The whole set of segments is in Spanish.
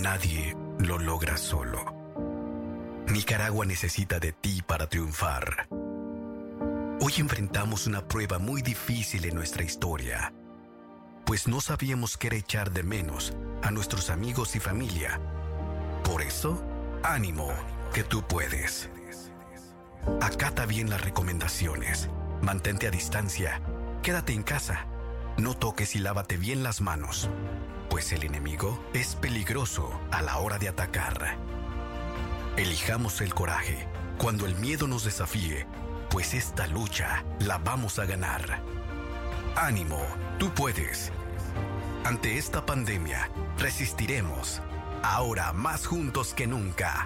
Nadie lo logra solo. Nicaragua necesita de ti para triunfar. Hoy enfrentamos una prueba muy difícil en nuestra historia, pues no sabíamos qué era echar de menos a nuestros amigos y familia. Por eso, ánimo, que tú puedes. Acata bien las recomendaciones, mantente a distancia, quédate en casa, no toques y lávate bien las manos, pues el enemigo es peligroso a la hora de atacar. Elijamos el coraje cuando el miedo nos desafíe, pues esta lucha la vamos a ganar. Ánimo, tú puedes. Ante esta pandemia, resistiremos, ahora más juntos que nunca.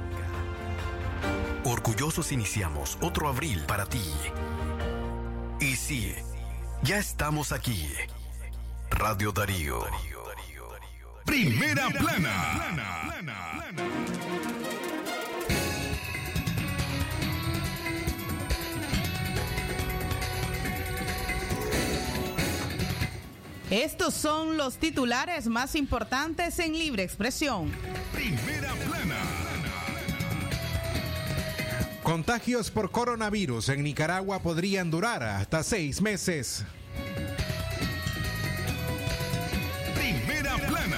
Orgullosos iniciamos otro abril para ti. Y sí, ya estamos aquí. Radio Darío. Primera plana. Estos son los titulares más importantes en Libre Expresión. Primera plana. Contagios por coronavirus en Nicaragua podrían durar hasta 6 meses. Primera plana.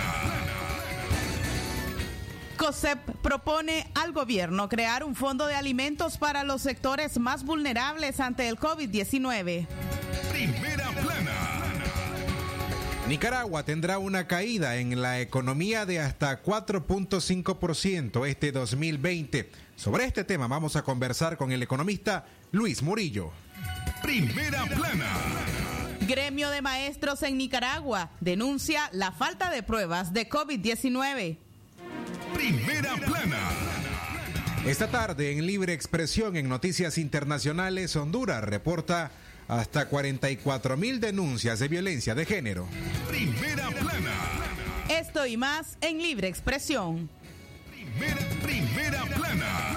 COSEP propone al gobierno crear un fondo de alimentos para los sectores más vulnerables ante el COVID-19. Primera plana. Nicaragua tendrá una caída en la economía de hasta 4.5% este 2020. Sobre este tema vamos a conversar con el economista Luis Murillo. Primera plana. Gremio de maestros en Nicaragua denuncia la falta de pruebas de COVID-19. Primera plana. Esta tarde en Libre Expresión en Noticias Internacionales, Honduras reporta hasta 44,000 denuncias de violencia de género. Primera plana. Esto y más en Libre Expresión. Primera plana.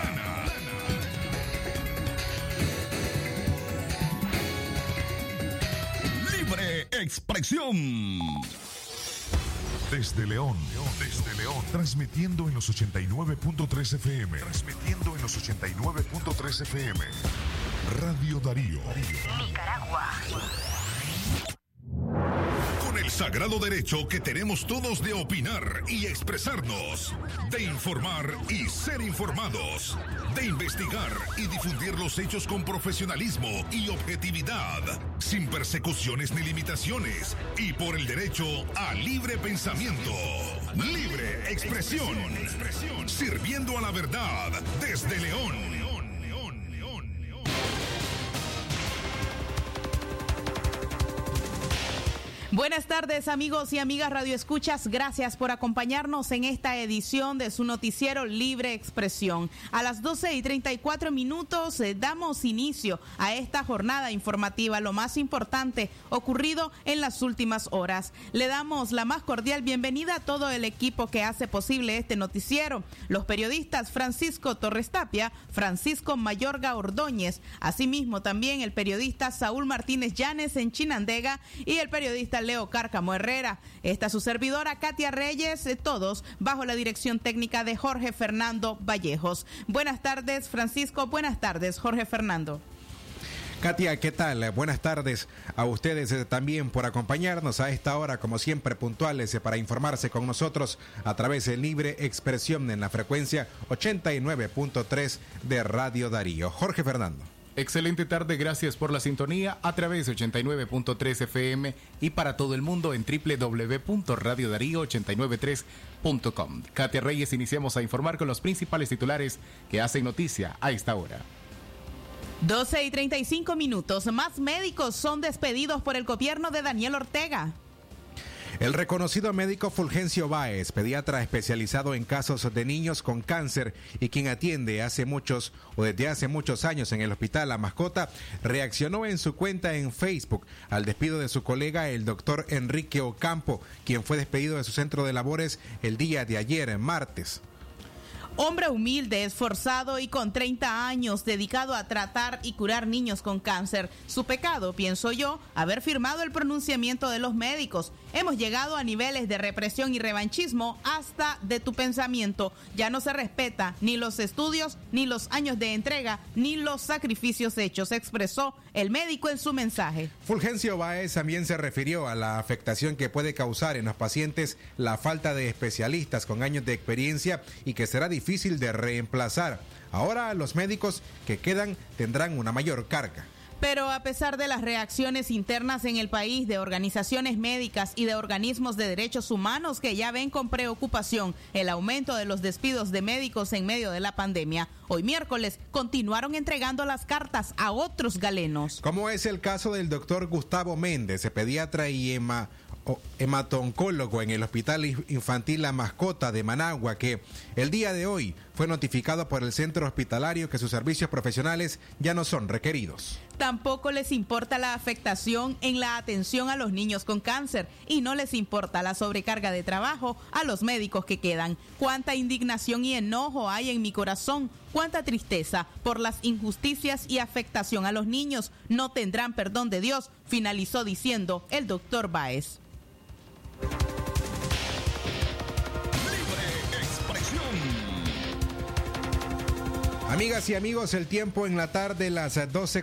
Libre Expresión. Desde León, transmitiendo en los 89.3 FM. Radio Darío. Nicaragua. Con el sagrado derecho que tenemos todos de opinar y expresarnos, de informar y ser informados, de investigar y difundir los hechos con profesionalismo y objetividad, sin persecuciones ni limitaciones, y por el derecho a libre pensamiento, libre expresión, sirviendo a la verdad desde León. Buenas tardes, amigos y amigas radioescuchas. Gracias por acompañarnos en esta edición de su noticiero Libre Expresión. A las 12:34 damos inicio a esta jornada informativa, lo más importante ocurrido en las últimas horas. Le damos la más cordial bienvenida a todo el equipo que hace posible este noticiero. Los periodistas Francisco Torres Tapia, Francisco Mayorga Ordóñez, asimismo también el periodista Saúl Martínez Llanes en Chinandega y el periodista Leo Cárcamo Herrera. Esta su servidora Katia Reyes, todos bajo la dirección técnica de Jorge Fernando Vallejos. Buenas tardes, Francisco. Buenas tardes, Jorge Fernando. Katia, ¿qué tal? Buenas tardes a ustedes también por acompañarnos a esta hora, como siempre, puntuales para informarse con nosotros a través de Libre Expresión en la frecuencia 89.3 de Radio Darío. Jorge Fernando. Excelente tarde, gracias por la sintonía a través de 89.3 FM y para todo el mundo en www.radiodarío893.com. Katia Reyes, iniciamos a informar con los principales titulares que hacen noticia a esta hora. 12:35. Más médicos son despedidos por el gobierno de Daniel Ortega. El reconocido médico Fulgencio Báez, pediatra especializado en casos de niños con cáncer y quien atiende desde hace muchos años en el Hospital La Mascota, reaccionó en su cuenta en Facebook al despido de su colega, el doctor Enrique Ocampo, quien fue despedido de su centro de labores el día de ayer, martes. Hombre humilde, esforzado y con 30 años dedicado a tratar y curar niños con cáncer. Su pecado, pienso yo, haber firmado el pronunciamiento de los médicos. Hemos llegado a niveles de represión y revanchismo hasta de tu pensamiento. Ya no se respeta ni los estudios, ni los años de entrega, ni los sacrificios hechos, expresó el médico en su mensaje. Fulgencio Báez también se refirió a la afectación que puede causar en los pacientes la falta de especialistas con años de experiencia y que será difícil de reemplazar. Ahora los médicos que quedan tendrán una mayor carga. Pero a pesar de las reacciones internas en el país de organizaciones médicas y de organismos de derechos humanos que ya ven con preocupación el aumento de los despidos de médicos en medio de la pandemia, hoy miércoles continuaron entregando las cartas a otros galenos. Como es el caso del doctor Gustavo Méndez, pediatra y hematoncólogo en el Hospital Infantil La Mascota de Managua, que el día de hoy fue notificado por el centro hospitalario que sus servicios profesionales ya no son requeridos. Tampoco les importa la afectación en la atención a los niños con cáncer y no les importa la sobrecarga de trabajo a los médicos que quedan. Cuánta indignación y enojo hay en mi corazón, cuánta tristeza por las injusticias y afectación a los niños. No tendrán perdón de Dios, finalizó diciendo el doctor Báez. Amigas y amigos, el tiempo en la tarde, las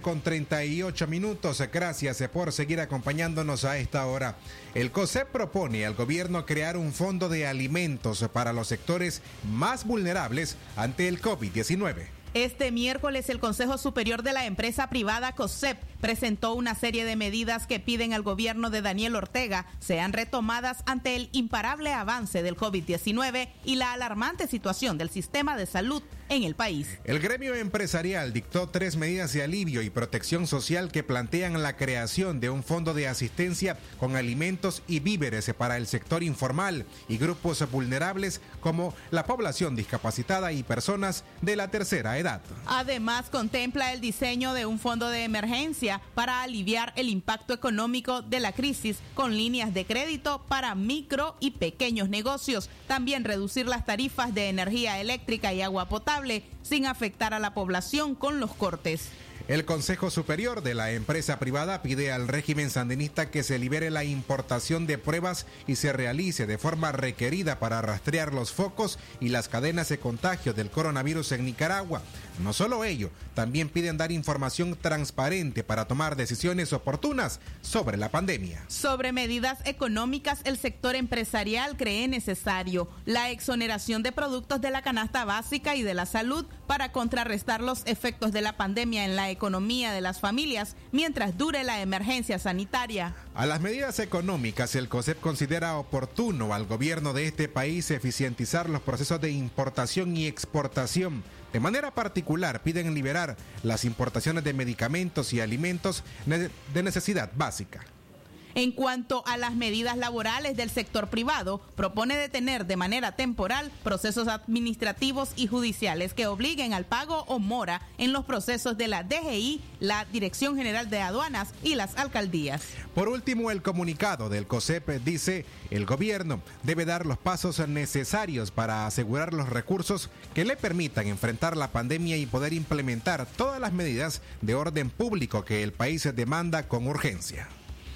12:38. Gracias por seguir acompañándonos a esta hora. El COSEP propone al gobierno crear un fondo de alimentos para los sectores más vulnerables ante el COVID-19. Este miércoles el Consejo Superior de la empresa privada COSEP presentó una serie de medidas que piden al gobierno de Daniel Ortega sean retomadas ante el imparable avance del COVID-19 y la alarmante situación del sistema de salud en el país. El gremio empresarial dictó 3 medidas de alivio y protección social que plantean la creación de un fondo de asistencia con alimentos y víveres para el sector informal y grupos vulnerables como la población discapacitada y personas de la tercera edad. Además, contempla el diseño de un fondo de emergencia para aliviar el impacto económico de la crisis con líneas de crédito para micro y pequeños negocios. También reducir las tarifas de energía eléctrica y agua potable sin afectar a la población con los cortes. El Consejo Superior de la empresa privada pide al régimen sandinista que se libere la importación de pruebas y se realice de forma requerida para rastrear los focos y las cadenas de contagio del coronavirus en Nicaragua. No solo ello, también piden dar información transparente para tomar decisiones oportunas sobre la pandemia. Sobre medidas económicas, el sector empresarial cree necesario la exoneración de productos de la canasta básica y de la salud para contrarrestar los efectos de la pandemia en la economía de las familias mientras dure la emergencia sanitaria. A las medidas económicas, el COSEP considera oportuno al gobierno de este país eficientizar los procesos de importación y exportación. De manera particular, piden liberar las importaciones de medicamentos y alimentos de necesidad básica. En cuanto a las medidas laborales del sector privado, propone detener de manera temporal procesos administrativos y judiciales que obliguen al pago o mora en los procesos de la DGI, la Dirección General de Aduanas y las alcaldías. Por último, el comunicado del COSEP dice: el gobierno debe dar los pasos necesarios para asegurar los recursos que le permitan enfrentar la pandemia y poder implementar todas las medidas de orden público que el país demanda con urgencia.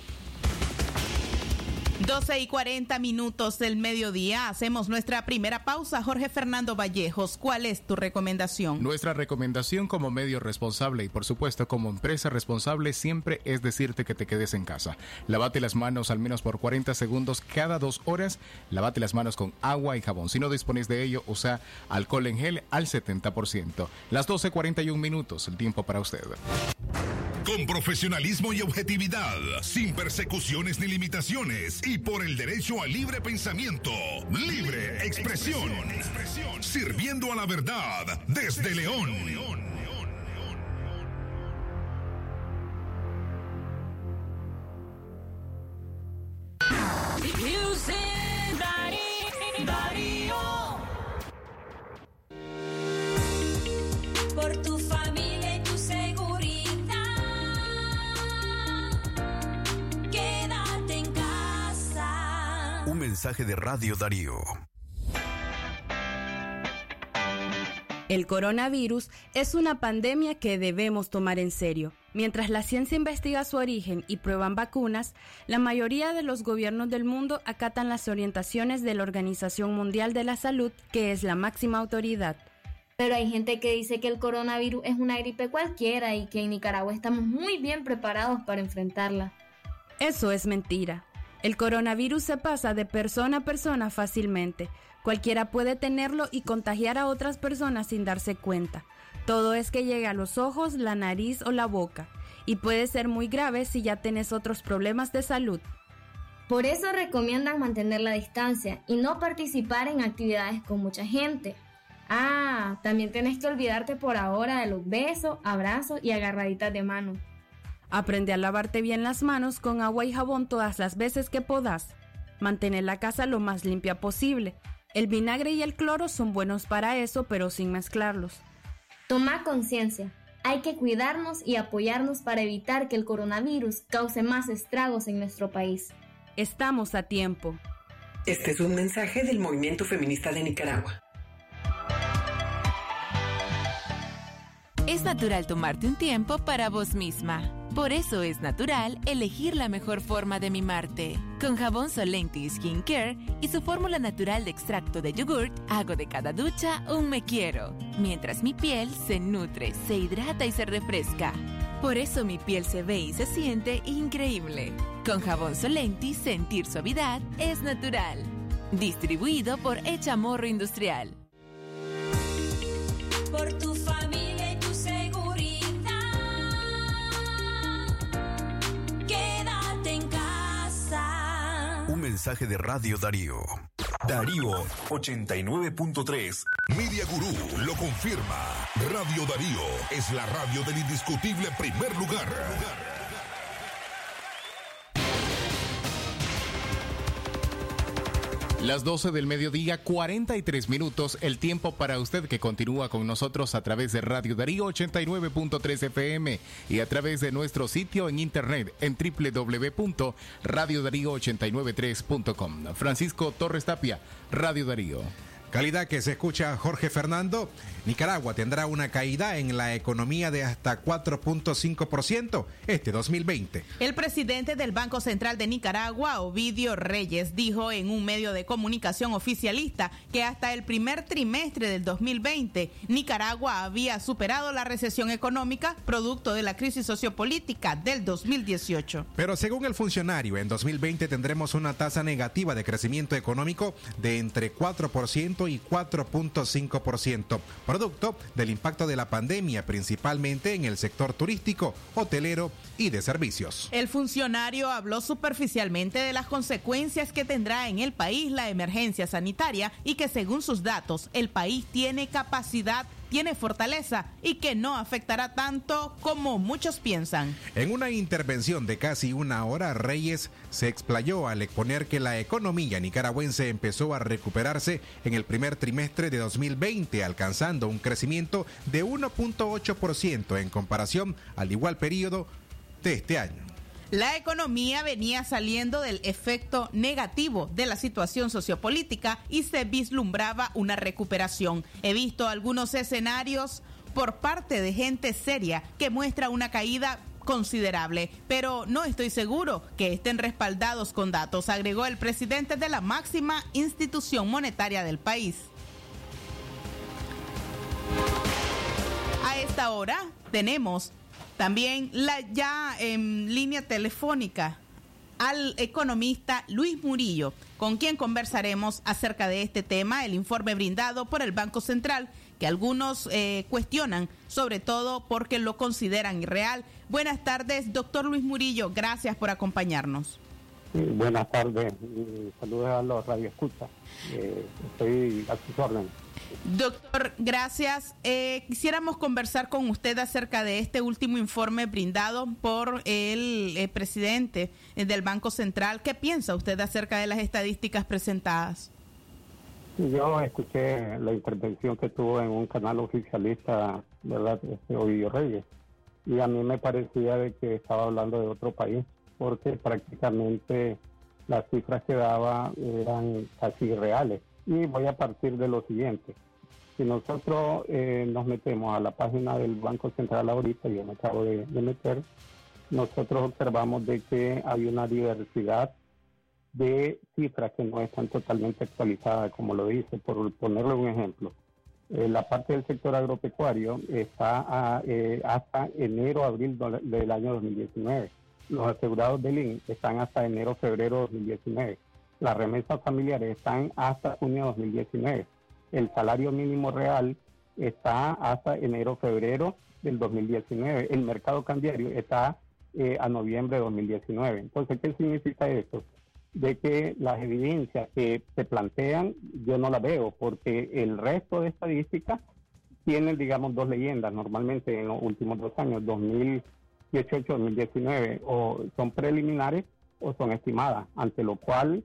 12:40 del mediodía. Hacemos nuestra primera pausa. Jorge Fernando Vallejos, ¿cuál es tu recomendación? Nuestra recomendación como medio responsable y por supuesto como empresa responsable siempre es decirte que te quedes en casa. Lávate las manos al menos por 40 segundos cada 2 horas. Lávate las manos con agua y jabón. Si no dispones de ello, usa alcohol en gel al 70%. Las 12:41, el tiempo para usted. Con profesionalismo y objetividad, sin persecuciones ni limitaciones y por el derecho al libre pensamiento, libre expresión, sirviendo a la verdad desde León. Por tu familia y tu seguridad, quédate en casa. Un mensaje de Radio Darío. El coronavirus es una pandemia que debemos tomar en serio. Mientras la ciencia investiga su origen y prueban vacunas, la mayoría de los gobiernos del mundo acatan las orientaciones de la Organización Mundial de la Salud, que es la máxima autoridad. Pero hay gente que dice que el coronavirus es una gripe cualquiera y que en Nicaragua estamos muy bien preparados para enfrentarla. Eso es mentira. El coronavirus se pasa de persona a persona fácilmente. Cualquiera puede tenerlo y contagiar a otras personas sin darse cuenta. Todo es que llegue a los ojos, la nariz o la boca. Y puede ser muy grave si ya tenés otros problemas de salud. Por eso recomiendan mantener la distancia y no participar en actividades con mucha gente. También tenés que olvidarte por ahora de los besos, abrazos y agarraditas de mano. Aprende a lavarte bien las manos con agua y jabón todas las veces que podás. Mantén la casa lo más limpia posible. El vinagre y el cloro son buenos para eso, pero sin mezclarlos. Toma conciencia. Hay que cuidarnos y apoyarnos para evitar que el coronavirus cause más estragos en nuestro país. Estamos a tiempo. Este es un mensaje del Movimiento Feminista de Nicaragua. Es natural tomarte un tiempo para vos misma. Por eso es natural elegir la mejor forma de mimarte. Con jabón Solenti Skin Care y su fórmula natural de extracto de yogurt, hago de cada ducha un me quiero, mientras mi piel se nutre, se hidrata y se refresca. Por eso mi piel se ve y se siente increíble. Con jabón Solenti, sentir suavidad es natural. Distribuido por Echamorro Industrial. Por tu familia y tu seguridad, quédate en casa. Un mensaje de Radio Darío. Darío 89.3. Media Gurú lo confirma. Radio Darío es la radio del indiscutible primer lugar. Las 12 del mediodía, 43 minutos, el tiempo para usted que continúa con nosotros a través de Radio Darío 89.3 FM y a través de nuestro sitio en internet en www.radiodarío893.com. Francisco Torres Tapia, Radio Darío. Calidad que se escucha Jorge Fernando. Nicaragua tendrá una caída en la economía de hasta 4.5% este 2020. El presidente del Banco Central de Nicaragua, Ovidio Reyes, dijo en un medio de comunicación oficialista que hasta el primer trimestre del 2020 Nicaragua había superado la recesión económica producto de la crisis sociopolítica del 2018. Pero según el funcionario, en 2020 tendremos una tasa negativa de crecimiento económico de entre 4% y 4.5%, producto del impacto de la pandemia, principalmente en el sector turístico, hotelero y de servicios. El funcionario habló superficialmente de las consecuencias que tendrá en el país la emergencia sanitaria y que según sus datos, el país tiene capacidad, tiene fortaleza y que no afectará tanto como muchos piensan. En una intervención de casi una hora, Reyes se explayó al exponer que la economía nicaragüense empezó a recuperarse en el primer trimestre de 2020, alcanzando un crecimiento de 1.8% en comparación al igual periodo de este año. La economía venía saliendo del efecto negativo de la situación sociopolítica y se vislumbraba una recuperación. He visto algunos escenarios por parte de gente seria que muestra una caída considerable, pero no estoy seguro que estén respaldados con datos, agregó el presidente de la máxima institución monetaria del país. A esta hora tenemos también ya en línea telefónica al economista Luis Murillo, con quien conversaremos acerca de este tema, el informe brindado por el Banco Central, que algunos cuestionan, sobre todo porque lo consideran irreal. Buenas tardes, doctor Luis Murillo, gracias por acompañarnos. Buenas tardes, saludos a los radioescuchas, estoy a sus órdenes. Doctor, gracias. Quisiéramos conversar con usted acerca de este último informe brindado por el presidente del Banco Central. ¿Qué piensa usted acerca de las estadísticas presentadas? Yo escuché la intervención que tuvo en un canal oficialista, ¿verdad?, Ovidio Reyes, y a mí me parecía de que estaba hablando de otro país, porque prácticamente las cifras que daba eran casi irreales. Y voy a partir de lo siguiente. Si nosotros nos metemos a la página del Banco Central ahorita, yo me acabo de meter, nosotros observamos de que hay una diversidad de cifras que no están totalmente actualizadas, como lo dice. Por ponerle un ejemplo, la parte del sector agropecuario está hasta enero-abril del año 2019. Los asegurados del INS están hasta enero-febrero 2019. Las remesas familiares están hasta junio 2019. El salario mínimo real está hasta enero-febrero del 2019. El mercado cambiario está a noviembre de 2019. Entonces, ¿qué significa esto? De que las evidencias que se plantean yo no las veo, porque el resto de estadísticas tienen, digamos, dos leyendas normalmente en los últimos 2 años, 2018-2019, o son preliminares o son estimadas, ante lo cual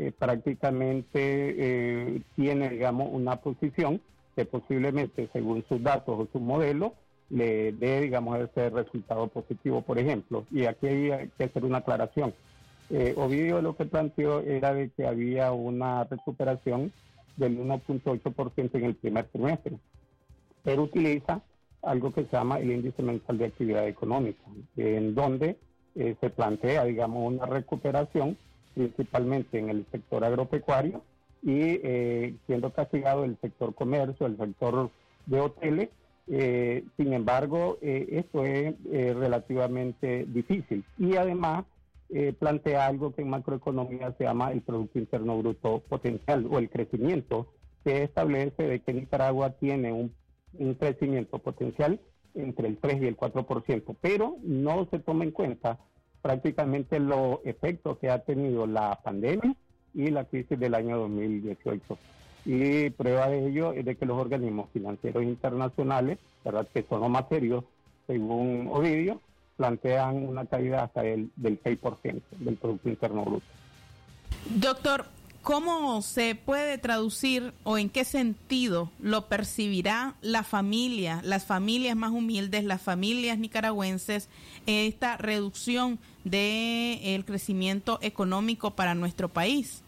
prácticamente tiene, digamos, una posición que posiblemente, según sus datos o su modelo, le dé, digamos, ese resultado positivo, por ejemplo. Y aquí hay que hacer una aclaración. Ovidio lo que planteó era de que había una recuperación del 1.8% en el primer trimestre, pero utiliza algo que se llama el índice mensual de actividad económica, en donde se plantea, digamos, una recuperación principalmente en el sector agropecuario y siendo castigado el sector comercio, el sector de hoteles. Sin embargo, esto es relativamente difícil, y además plantea algo que en macroeconomía se llama el Producto Interno Bruto Potencial, o el crecimiento, que establece de que Nicaragua tiene un crecimiento potencial entre el 3 y el 4%, pero no se toma en cuenta prácticamente los efectos que ha tenido la pandemia y la crisis del año 2018. Y prueba de ello es de que los organismos financieros internacionales, ¿verdad?, que son los más serios, según Ovidio, plantean una caída hasta del 6% del Producto Interno Bruto. Doctor, ¿cómo se puede traducir o en qué sentido lo percibirá la familia, las familias más humildes, las familias nicaragüenses, esta reducción del crecimiento económico para nuestro país?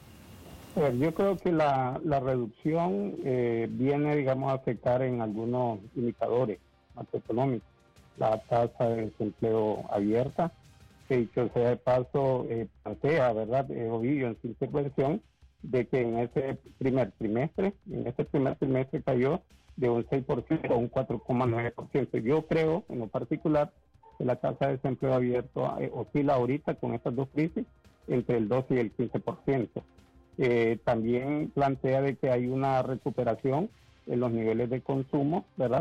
Yo creo que la reducción viene, digamos, a afectar en algunos indicadores macroeconómicos. La tasa de desempleo abierta, que dicho sea de paso, plantea, ¿verdad?, Ovidio en su intervención, de que en ese primer trimestre cayó de un 6% a un 4,9%. Yo creo, en lo particular, que la tasa de desempleo abierto oscila ahorita con estas dos crisis entre el 12 y el 15%. También plantea de que hay una recuperación en los niveles de consumo, ¿verdad?,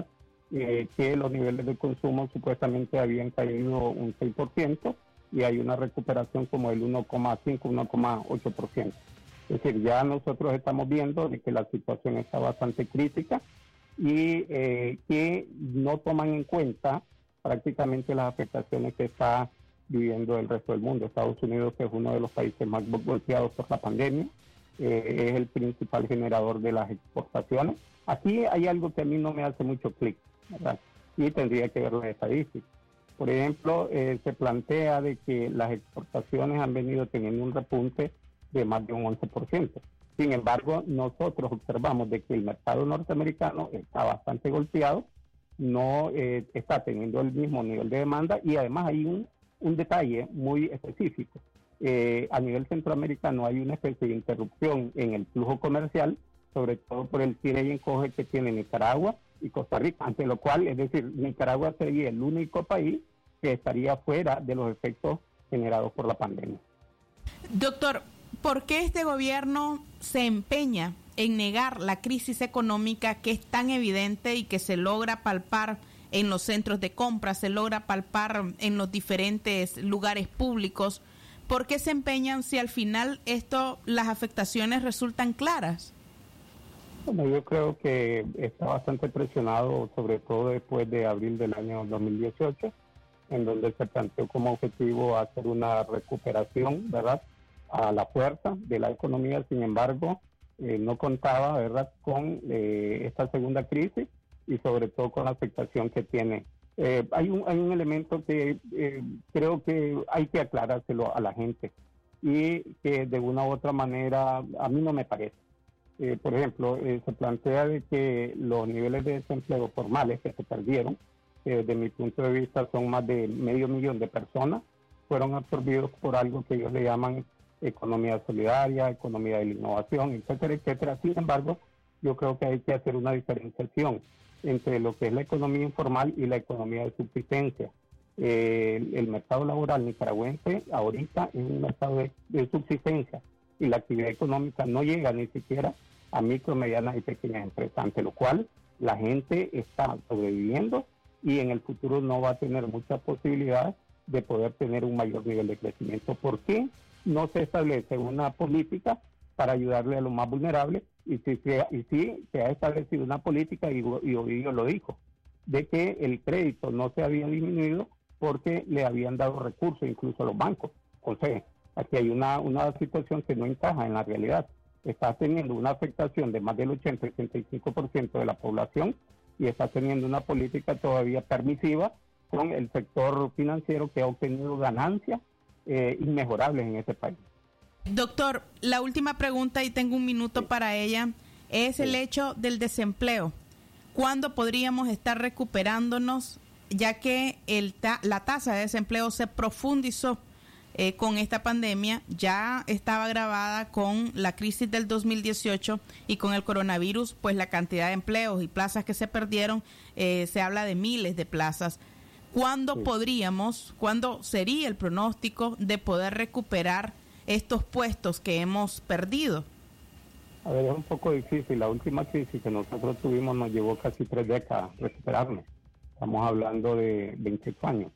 que los niveles de consumo supuestamente habían caído un 6%, y hay una recuperación como el 1,5, 1,8%. Es decir, ya nosotros estamos viendo de que la situación está bastante crítica y que no toman en cuenta prácticamente las afectaciones que está viviendo el resto del mundo. Estados Unidos, que es uno de los países más golpeados por la pandemia, es el principal generador de las exportaciones. Aquí hay algo que a mí no me hace mucho clic, ¿verdad?, y tendría que ver las estadísticas. Por ejemplo, se plantea de que las exportaciones han venido teniendo un repunte de más de un 11%. Sin embargo, nosotros observamos de que el mercado norteamericano está bastante golpeado, no está teniendo el mismo nivel de demanda, y además hay un detalle muy específico. A nivel centroamericano hay una especie de interrupción en el flujo comercial, sobre todo por el tire y encoge que tiene Nicaragua y Costa Rica, ante lo cual, es decir, Nicaragua sería el único país que estaría fuera de los efectos generados por la pandemia. Doctor, ¿por qué este gobierno se empeña en negar la crisis económica que es tan evidente y que se logra palpar en los centros de compra, se logra palpar en los diferentes lugares públicos? ¿Por qué se empeñan si al final las afectaciones resultan claras? Bueno, yo creo que está bastante presionado, sobre todo después de abril del año 2018, en donde se planteó como objetivo hacer una recuperación, ¿verdad?, a la fuerza de la economía. Sin embargo, no contaba, ¿verdad?, con esta segunda crisis y sobre todo con la afectación que tiene. Hay un elemento que creo que hay que aclarárselo a la gente, y que de una u otra manera a mí no me parece. Por ejemplo, se plantea de que los niveles de desempleo formales que se perdieron, desde mi punto de vista son más de 500,000 de personas, fueron absorbidos por algo que ellos le llaman economía solidaria, economía de la innovación, etcétera, etcétera. Sin embargo, yo creo que hay que hacer una diferenciación entre lo que es la economía informal y la economía de subsistencia. El mercado laboral nicaragüense ahorita es un mercado de subsistencia y la actividad económica no llega ni siquiera a micro, medianas y pequeñas empresas, ante lo cual la gente está sobreviviendo y en el futuro no va a tener mucha posibilidad de poder tener un mayor nivel de crecimiento. ¿Por qué no se establece una política para ayudarle a los más vulnerables? Y sí se ha establecido una política, y Ovidio lo dijo, de que el crédito no se había disminuido porque le habían dado recursos incluso a los bancos. O sea, aquí hay una situación que no encaja en la realidad. Está teniendo una afectación de más del 80-85% de la población y está teniendo una política todavía permisiva con el sector financiero que ha obtenido ganancias inmejorables en ese país. Doctor, la última pregunta, y tengo un minuto para ella, es el hecho del desempleo. ¿Cuándo podríamos estar recuperándonos, ya que la tasa de desempleo se profundizó con esta pandemia? Ya estaba agravada con la crisis del 2018 y con el coronavirus, pues la cantidad de empleos y plazas que se perdieron, se habla de miles de plazas. ¿Cuándo cuándo sería el pronóstico de poder recuperar estos puestos que hemos perdido? A ver, es un poco difícil. La última crisis que nosotros tuvimos nos llevó casi 3 décadas recuperarnos. Estamos hablando de 28 años.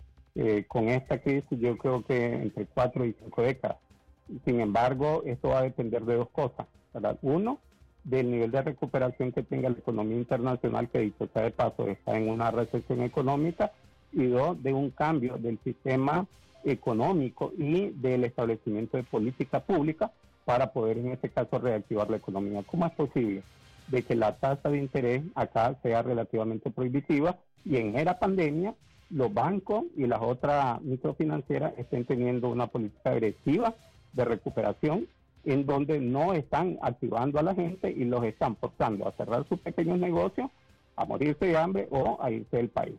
Con esta crisis yo creo que entre 4 y 5 décadas. Sin embargo, esto va a depender de dos cosas, ¿verdad? Uno, del nivel de recuperación que tenga la economía internacional, que dicho sea de paso está en una recesión económica, y dos, de un cambio del sistema económico y del establecimiento de política pública para poder en este caso reactivar la economía. ¿Cómo es posible de que la tasa de interés acá sea relativamente prohibitiva y en era pandemia los bancos y las otras microfinancieras estén teniendo una política agresiva de recuperación en donde no están activando a la gente y los están forzando a cerrar sus pequeños negocios, a morirse de hambre o a irse del país?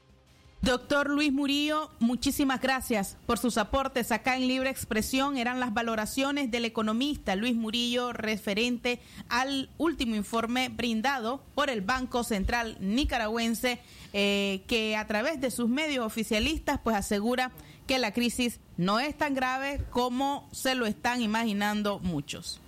Doctor Luis Murillo, muchísimas gracias por sus aportes acá en Libre Expresión. Eran las valoraciones del economista Luis Murillo referente al último informe brindado por el Banco Central Nicaragüense, que a través de sus medios oficialistas pues asegura que la crisis no es tan grave como se lo están imaginando muchos.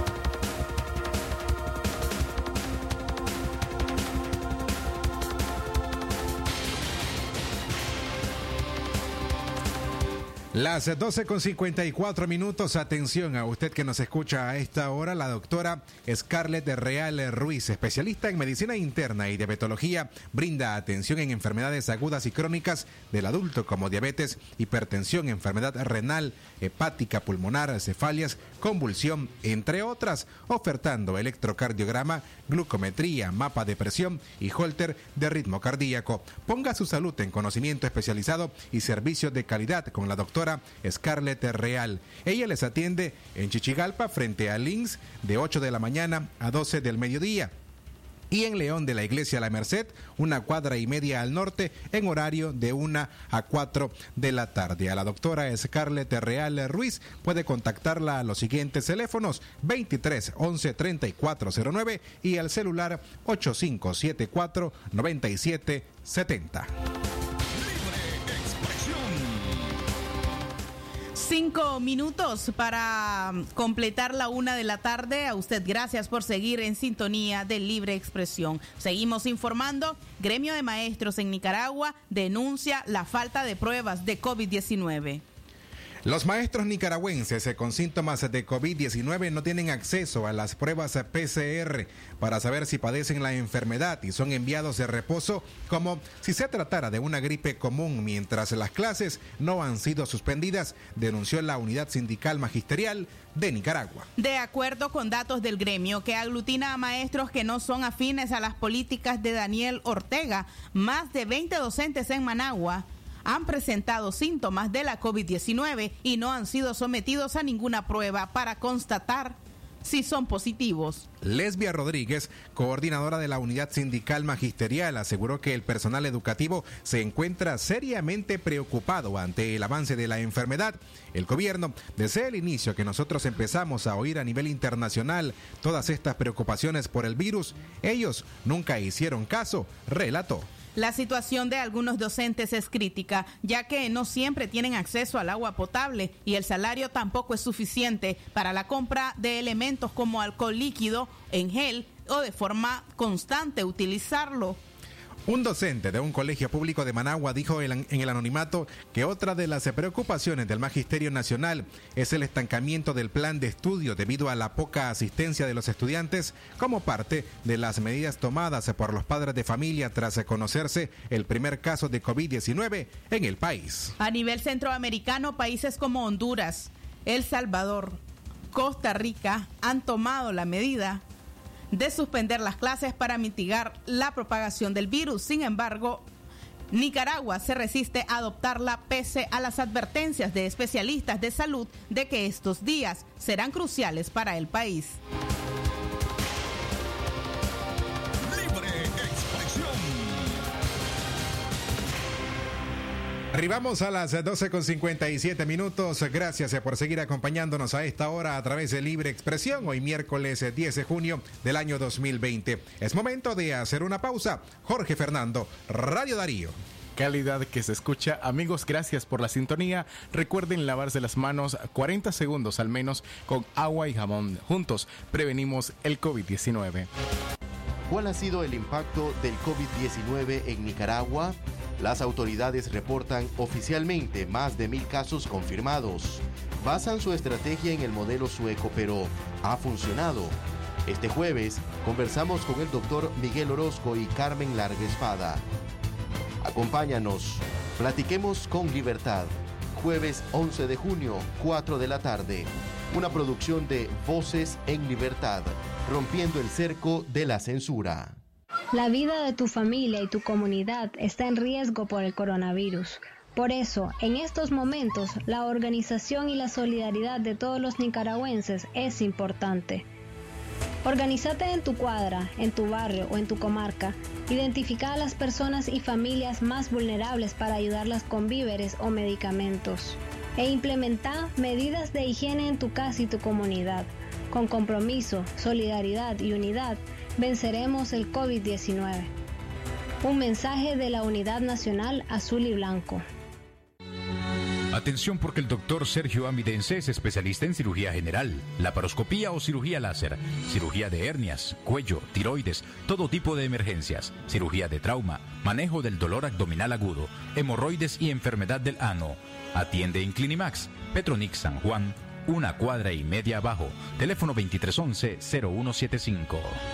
Las 12:54. Atención a usted que nos escucha a esta hora. La doctora Scarlett Real Ruiz, especialista en medicina interna y diabetología, brinda atención en enfermedades agudas y crónicas del adulto como diabetes, hipertensión, enfermedad renal, hepática, pulmonar, cefalias, convulsión, entre otras, ofertando electrocardiograma, glucometría, mapa de presión y holter de ritmo cardíaco. Ponga su salud en conocimiento especializado y servicios de calidad con la doctora Scarlett Real. Ella les atiende en Chichigalpa frente a Links de 8 de la mañana a 12 del mediodía. Y en León de la Iglesia La Merced, 1 cuadra y media al norte, en horario de 1 a 4 de la tarde. A la doctora Scarlett Real Ruiz puede contactarla a los siguientes teléfonos: 23 11 3409 y al celular 8574 9770. 5 minutos para completar la 1 de la tarde. A usted gracias por seguir en sintonía de Libre Expresión. Seguimos informando. Gremio de Maestros en Nicaragua denuncia la falta de pruebas de COVID-19. Los maestros nicaragüenses con síntomas de COVID-19 no tienen acceso a las pruebas PCR para saber si padecen la enfermedad y son enviados de reposo como si se tratara de una gripe común mientras las clases no han sido suspendidas, denunció la Unidad Sindical Magisterial de Nicaragua. De acuerdo con datos del gremio, que aglutina a maestros que no son afines a las políticas de Daniel Ortega, más de 20 docentes en Managua han presentado síntomas de la COVID-19 y no han sido sometidos a ninguna prueba para constatar si son positivos. Lesbia Rodríguez, coordinadora de la unidad sindical magisterial, aseguró que el personal educativo se encuentra seriamente preocupado ante el avance de la enfermedad. El gobierno, desde el inicio que nosotros empezamos a oír a nivel internacional todas estas preocupaciones por el virus, ellos nunca hicieron caso, relató. La situación de algunos docentes es crítica, ya que no siempre tienen acceso al agua potable y el salario tampoco es suficiente para la compra de elementos como alcohol líquido, en gel o de forma constante utilizarlo. Un docente de un colegio público de Managua dijo en el anonimato que otra de las preocupaciones del Magisterio Nacional es el estancamiento del plan de estudio debido a la poca asistencia de los estudiantes como parte de las medidas tomadas por los padres de familia tras conocerse el primer caso de COVID-19 en el país. A nivel centroamericano, países como Honduras, El Salvador, Costa Rica han tomado la medida de suspender las clases para mitigar la propagación del virus. Sin embargo, Nicaragua se resiste a adoptarla pese a las advertencias de especialistas de salud de que estos días serán cruciales para el país. Arribamos a las 12:57. Gracias por seguir acompañándonos a esta hora a través de Libre Expresión. Hoy miércoles 10 de junio del año 2020. Es momento de hacer una pausa. Jorge Fernando, Radio Darío. Calidad que se escucha. Amigos, gracias por la sintonía. Recuerden lavarse las manos 40 segundos al menos con agua y jabón. Juntos prevenimos el COVID-19. ¿Cuál ha sido el impacto del COVID-19 en Nicaragua? Las autoridades reportan oficialmente más de 1,000 casos confirmados. Basan su estrategia en el modelo sueco, pero ¿ha funcionado? Este jueves conversamos con el doctor Miguel Orozco y Carmen Larga Espada. Acompáñanos, platiquemos con libertad. Jueves 11 de junio, 4 de la tarde. Una producción de Voces en Libertad, rompiendo el cerco de la censura. La vida de tu familia y tu comunidad está en riesgo por el coronavirus. Por eso, en estos momentos, la organización y la solidaridad de todos los nicaragüenses es importante. Organízate en tu cuadra, en tu barrio o en tu comarca. Identifica a las personas y familias más vulnerables para ayudarlas con víveres o medicamentos. E implementa medidas de higiene en tu casa y tu comunidad. Con compromiso, solidaridad y unidad, venceremos el COVID-19. Un mensaje de la Unidad Nacional Azul y Blanco. Atención, porque el doctor Sergio Amidense es especialista en cirugía general, laparoscopía o cirugía láser, cirugía de hernias, cuello, tiroides, todo tipo de emergencias, cirugía de trauma, manejo del dolor abdominal agudo, hemorroides y enfermedad del ano. Atiende en Clinimax, Petronix San Juan, 1 cuadra y media abajo. Teléfono 2311-0175.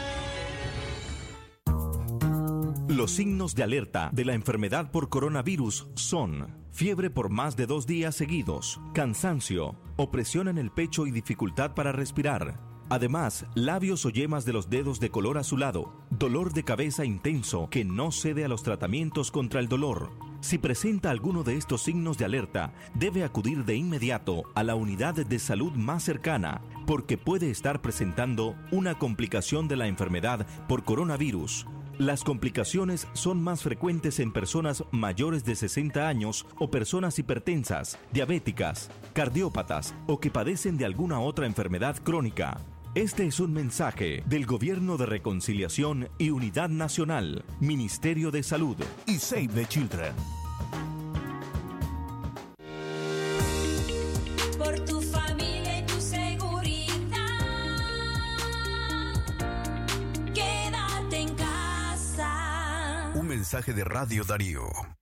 Los signos de alerta de la enfermedad por coronavirus son fiebre por más de 2 días seguidos, cansancio, opresión en el pecho y dificultad para respirar. Además, labios o yemas de los dedos de color azulado, dolor de cabeza intenso que no cede a los tratamientos contra el dolor. Si presenta alguno de estos signos de alerta, debe acudir de inmediato a la unidad de salud más cercana, porque puede estar presentando una complicación de la enfermedad por coronavirus. Las complicaciones son más frecuentes en personas mayores de 60 años o personas hipertensas, diabéticas, cardiópatas o que padecen de alguna otra enfermedad crónica. Este es un mensaje del Gobierno de Reconciliación y Unidad Nacional, Ministerio de Salud y Save the Children. Por tu familia y tu seguridad, quédate en casa. Un mensaje de Radio Darío.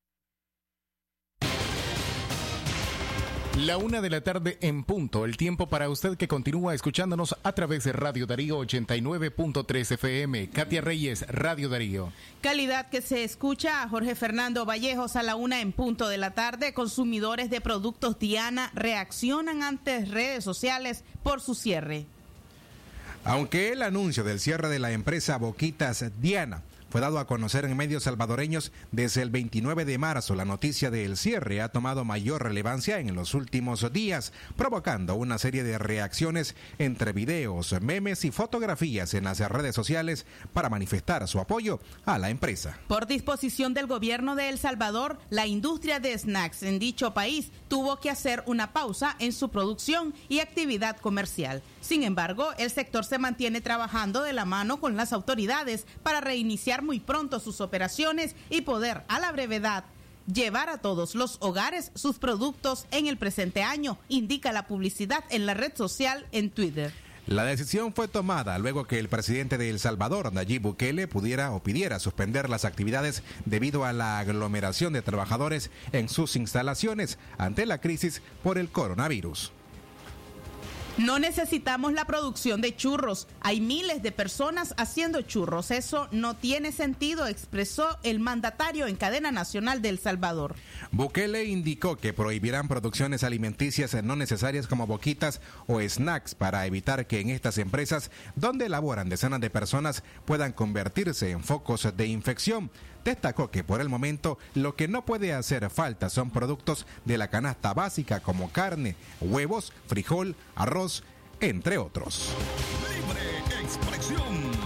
La 1 de la tarde en punto, el tiempo para usted que continúa escuchándonos a través de Radio Darío 89.3 FM. Katia Reyes, Radio Darío. Calidad que se escucha a Jorge Fernando Vallejos a la 1 en punto de la tarde. Consumidores de productos Diana reaccionan ante redes sociales por su cierre. Aunque el anuncio del cierre de la empresa Boquitas Diana fue dado a conocer en medios salvadoreños desde el 29 de marzo. La noticia del cierre ha tomado mayor relevancia en los últimos días, provocando una serie de reacciones entre videos, memes y fotografías en las redes sociales para manifestar su apoyo a la empresa. Por disposición del gobierno de El Salvador, la industria de snacks en dicho país tuvo que hacer una pausa en su producción y actividad comercial. Sin embargo, el sector se mantiene trabajando de la mano con las autoridades para reiniciar muy pronto sus operaciones y poder, a la brevedad, llevar a todos los hogares sus productos en el presente año, indica la publicidad en la red social en Twitter. La decisión fue tomada luego que el presidente de El Salvador, Nayib Bukele, pidiera suspender las actividades debido a la aglomeración de trabajadores en sus instalaciones ante la crisis por el coronavirus. No necesitamos la producción de churros. Hay miles de personas haciendo churros. Eso no tiene sentido, expresó el mandatario en cadena nacional de El Salvador. Bukele indicó que prohibirán producciones alimenticias no necesarias como boquitas o snacks para evitar que en estas empresas, donde laboran decenas de personas, puedan convertirse en focos de infección. Destacó que por el momento lo que no puede hacer falta son productos de la canasta básica como carne, huevos, frijol, arroz, entre otros. Libre expresión.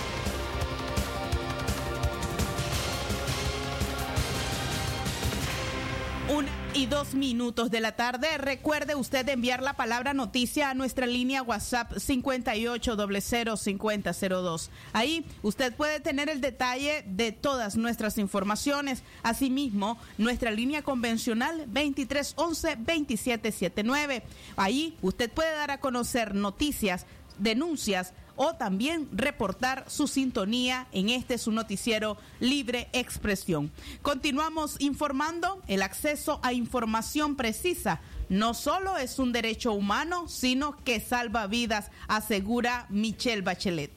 1:02 de la tarde. Recuerde usted enviar la palabra noticia a nuestra línea WhatsApp 58005002. Ahí usted puede tener el detalle de todas nuestras informaciones. Asimismo, nuestra línea convencional 2311-2779. Ahí usted puede dar a conocer noticias, denuncias o también reportar su sintonía en su noticiero Libre Expresión. Continuamos informando. El acceso a información precisa no solo es un derecho humano, sino que salva vidas, asegura Michelle Bachelet.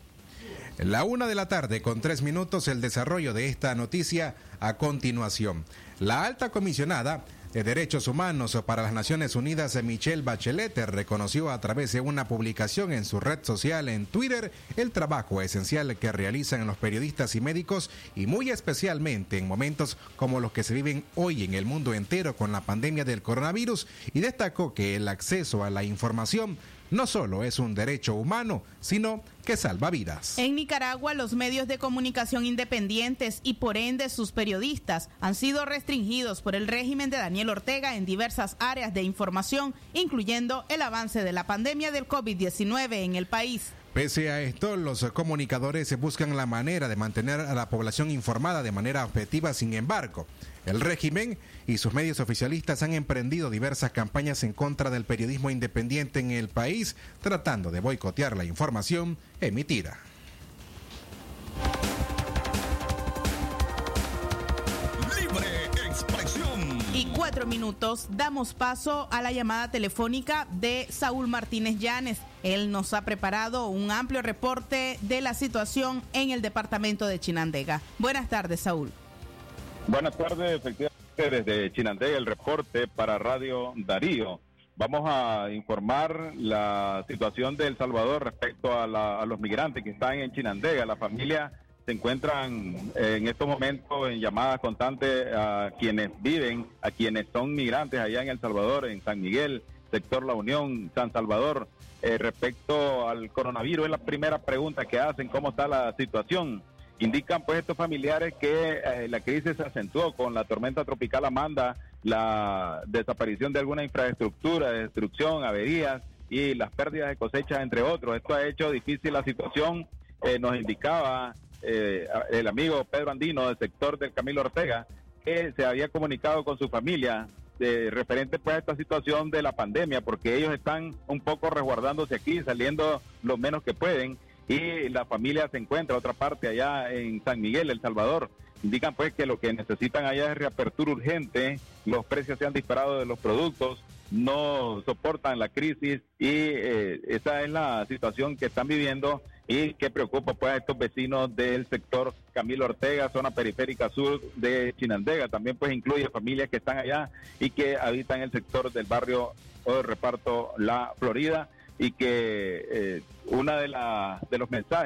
1:03 el desarrollo de esta noticia a continuación. La alta comisionada de Derechos Humanos para las Naciones Unidas, Michelle Bachelet, reconoció a través de una publicación en su red social en Twitter el trabajo esencial que realizan los periodistas y médicos, y muy especialmente en momentos como los que se viven hoy en el mundo entero con la pandemia del coronavirus, y destacó que el acceso a la información no solo es un derecho humano, sino que salva vidas. En Nicaragua, los medios de comunicación independientes y por ende sus periodistas han sido restringidos por el régimen de Daniel Ortega en diversas áreas de información, incluyendo el avance de la pandemia del COVID-19 en el país. Pese a esto, los comunicadores buscan la manera de mantener a la población informada de manera objetiva. Sin embargo, el régimen y sus medios oficialistas han emprendido diversas campañas en contra del periodismo independiente en el país, tratando de boicotear la información emitida. Libre expresión. Y 4 minutos, damos paso a la llamada telefónica de Saúl Martínez Llanes. Él nos ha preparado un amplio reporte de la situación en el departamento de Chinandega. Buenas tardes, Saúl. Buenas tardes, efectivamente desde Chinandega el reporte para Radio Darío. Vamos a informar la situación de El Salvador respecto a los migrantes que están en Chinandega. La familia se encuentran en estos momentos en llamadas constantes a quienes viven, a quienes son migrantes allá en El Salvador, en San Miguel, sector La Unión, San Salvador. Respecto al coronavirus, es la primera pregunta que hacen, ¿cómo está la situación? Indican pues estos familiares que la crisis se acentuó con la tormenta tropical Amanda, la desaparición de alguna infraestructura, destrucción, averías y las pérdidas de cosechas, entre otros. Esto ha hecho difícil la situación. Nos indicaba el amigo Pedro Andino del sector del Camilo Ortega que se había comunicado con su familia referente pues a esta situación de la pandemia, porque ellos están un poco resguardándose aquí, saliendo lo menos que pueden, y la familia se encuentra otra parte allá en San Miguel, El Salvador. Indican pues que lo que necesitan allá es reapertura urgente, los precios se han disparado de los productos, no soportan la crisis y esa es la situación que están viviendo y que preocupa pues a estos vecinos del sector Camilo Ortega, zona periférica sur de Chinandega. También pues incluye familias que están allá y que habitan el sector del barrio o del reparto La Florida, y que una de los mensajes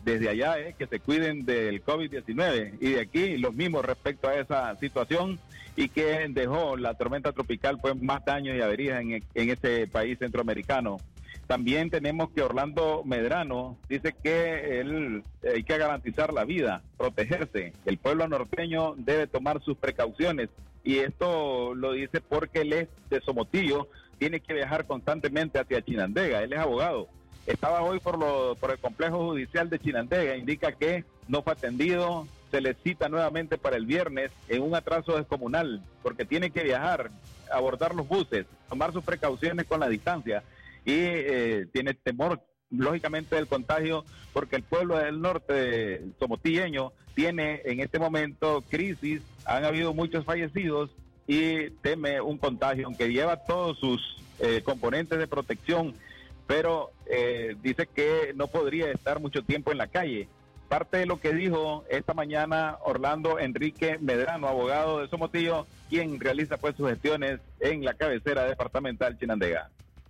desde allá es que se cuiden del COVID-19 y de aquí los mismos respecto a esa situación y que dejó la tormenta tropical pues más daños y averías en ese país centroamericano. También tenemos que Orlando Medrano dice que hay que garantizar la vida, protegerse. El pueblo norteño debe tomar sus precauciones y esto lo dice porque él es de Somotillo, tiene que viajar constantemente hacia Chinandega, él es abogado. Estaba hoy por el complejo judicial de Chinandega, indica que no fue atendido, se le cita nuevamente para el viernes en un atraso descomunal, porque tiene que viajar, abordar los buses, tomar sus precauciones con la distancia y tiene temor lógicamente del contagio porque el pueblo del norte somotilleño tiene en este momento crisis, han habido muchos fallecidos y teme un contagio, aunque lleva todos sus componentes de protección, pero dice que no podría estar mucho tiempo en la calle. Parte de lo que dijo esta mañana Orlando Enrique Medrano, abogado de Somotillo, quien realiza pues sus gestiones en la cabecera departamental Chinandega.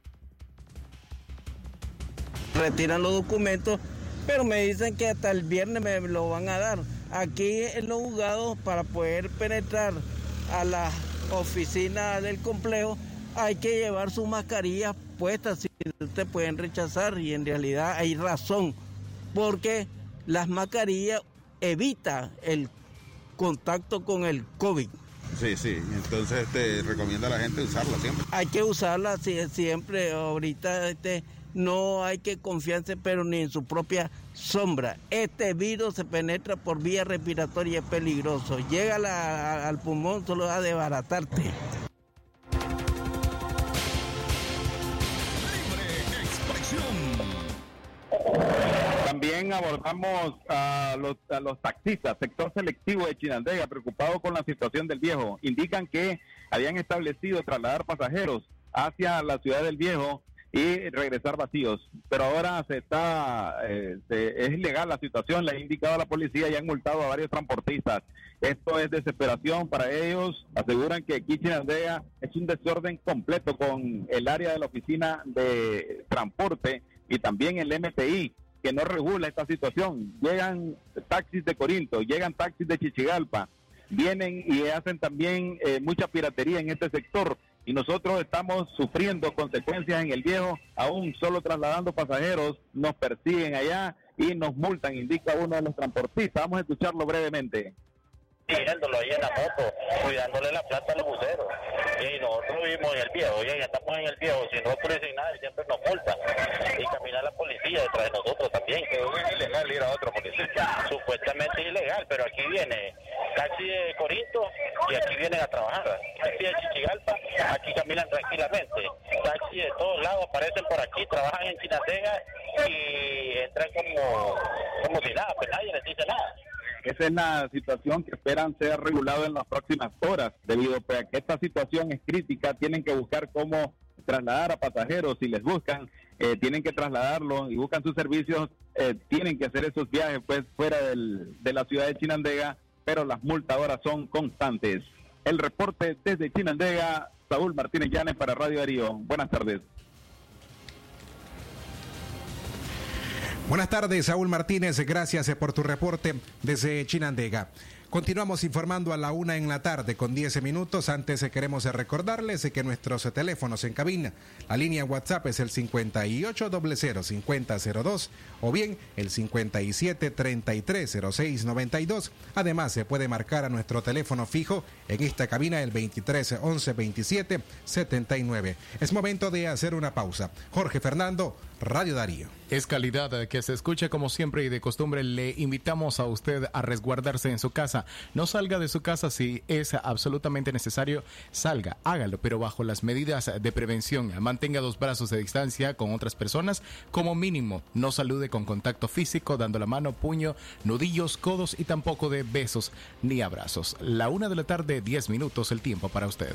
Retiran los documentos, pero me dicen que hasta el viernes me lo van a dar. Aquí en los juzgados, para poder penetrar a la oficina del complejo, hay que llevar sus mascarillas puestas, si te pueden rechazar, y en realidad hay razón, porque las mascarillas evitan el contacto con el COVID. Sí, entonces recomienda a la gente usarla siempre. Hay que usarla siempre, ahorita no hay que confiarse, pero ni en su propia sombra. Este virus se penetra por vía respiratoria y es peligroso. Llega al pulmón solo a desbaratarte. También abordamos a los taxistas, sector selectivo de Chinandega, preocupado con la situación del Viejo. Indican que habían establecido trasladar pasajeros hacia la ciudad del Viejo y regresar vacíos, pero ahora es ilegal la situación, le ha indicado a la policía y han multado a varios transportistas. Esto es desesperación para ellos, aseguran que aquí Chinandega es un desorden completo con el área de la oficina de transporte y también el MTI, que no regula esta situación. Llegan taxis de Corinto, llegan taxis de Chichigalpa, vienen y hacen también mucha piratería en este sector. Y nosotros estamos sufriendo consecuencias en el Viejo, aún solo trasladando pasajeros, nos persiguen allá y nos multan, indica uno de los transportistas. Vamos a escucharlo brevemente. Siguiéndolo ahí en la moto, cuidándole la plata a los buceros. Y nosotros vivimos en el Viejo, y estamos en el Viejo, si nosotros dicen nada, siempre nos multan. Y camina la policía detrás de nosotros también. Que es ilegal ir a otro policía. Supuestamente es ilegal, pero aquí viene taxi de Corinto y aquí vienen a trabajar. Taxi de Chichigalpa, aquí caminan tranquilamente. Taxi de todos lados aparecen por aquí, trabajan en Chinandega y entran como si nada, pues nadie les dice nada. Esa es la situación que esperan ser regulado en las próximas horas, debido a que esta situación es crítica, tienen que buscar cómo trasladar a pasajeros, si les buscan, tienen que trasladarlos y buscan sus servicios, tienen que hacer esos viajes pues fuera de la ciudad de Chinandega, pero las multas ahora son constantes. El reporte desde Chinandega, Saúl Martínez Llanes para Radio Darío. Buenas tardes. Buenas tardes, Saúl Martínez, gracias por tu reporte desde Chinandega. Continuamos informando a la 1:00 p.m. con 10 minutos. Antes queremos recordarles que nuestros teléfonos en cabina, la línea WhatsApp es el 5800-5002 o bien el 5733-0692. Además, se puede marcar a nuestro teléfono fijo en esta cabina el 2311-2779. Es momento de hacer una pausa. Jorge Fernando, Radio Darío. Es calidad que se escucha como siempre y de costumbre. Le invitamos a usted a resguardarse en su casa. No salga de su casa si es absolutamente necesario. Salga, hágalo, pero bajo las medidas de prevención. Mantenga 2 brazos de distancia con otras personas. Como mínimo, no salude con contacto físico, dando la mano, puño, nudillos, codos y tampoco de besos ni abrazos. La 1:00 p.m, 10 minutos, el tiempo para usted.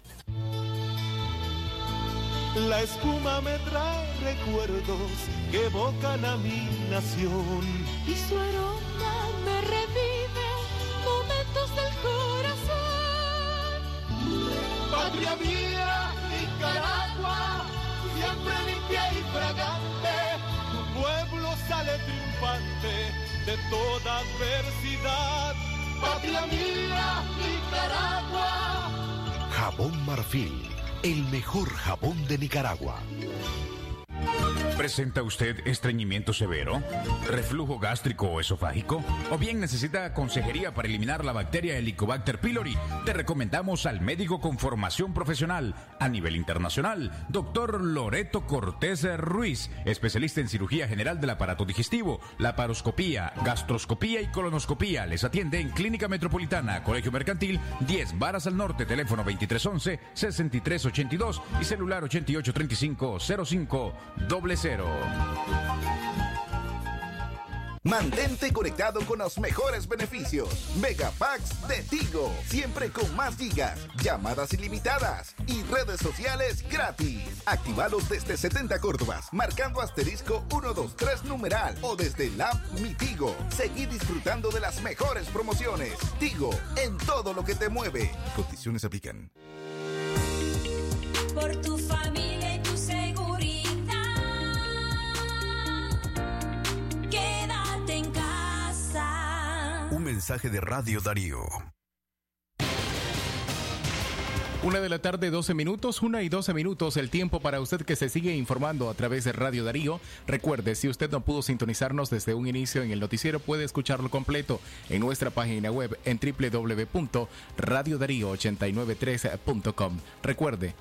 La espuma me trae recuerdos que evocan a mi nación. Y su aroma me revive momentos del corazón. Patria mía, Nicaragua, siempre limpia y fragante, tu pueblo sale triunfante de toda adversidad. Patria mía, Nicaragua. Jabón Marfil, el mejor jabón de Nicaragua. ¿Presenta usted estreñimiento severo, reflujo gástrico o esofágico? ¿O bien necesita consejería para eliminar la bacteria Helicobacter pylori? Te recomendamos al médico con formación profesional a nivel internacional, Dr. Loreto Cortés Ruiz, especialista en cirugía general del aparato digestivo, laparoscopía, gastroscopía y colonoscopía. Les atiende en Clínica Metropolitana, Colegio Mercantil, 10 Varas al Norte, teléfono 2311-6382 y celular 8835-0500. Mantente conectado con los mejores beneficios. Megapacks de Tigo, siempre con más gigas, llamadas ilimitadas y redes sociales gratis. Actívalos desde 70 Córdobas, marcando asterisco 123 numeral o desde el app Mi Tigo. Seguí disfrutando de las mejores promociones. Tigo, en todo lo que te mueve. Condiciones aplican. Por tu familia y tu seguridad, quédate en casa. Un mensaje de Radio Darío. 1:12 p.m, 1:12 el tiempo para usted que se sigue informando a través de Radio Darío. Recuerde, si usted no pudo sintonizarnos desde un inicio en el noticiero, puede escucharlo completo en nuestra página web en www.radiodarío893.com. Recuerde,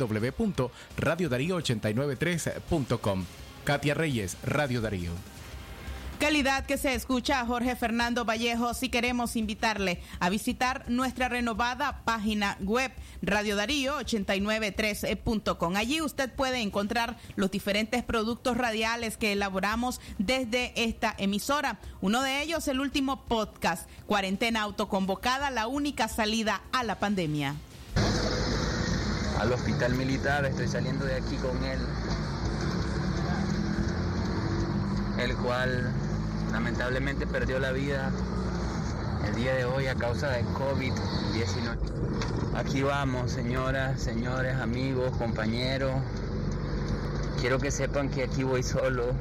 www.radiodarío893.com. Katia Reyes, Radio Darío. Calidad que se escucha a Jorge Fernando Vallejo. Si queremos invitarle a visitar nuestra renovada página web radiodarío893.com. Allí usted puede encontrar los diferentes productos radiales que elaboramos desde esta emisora. Uno de ellos, el último podcast, Cuarentena Autoconvocada, la única salida a la pandemia. Al hospital militar, estoy saliendo de aquí con él, el cual lamentablemente perdió la vida el día de hoy a causa del COVID-19. Aquí vamos, señoras, señores, amigos, compañeros. Quiero que sepan que aquí voy solo.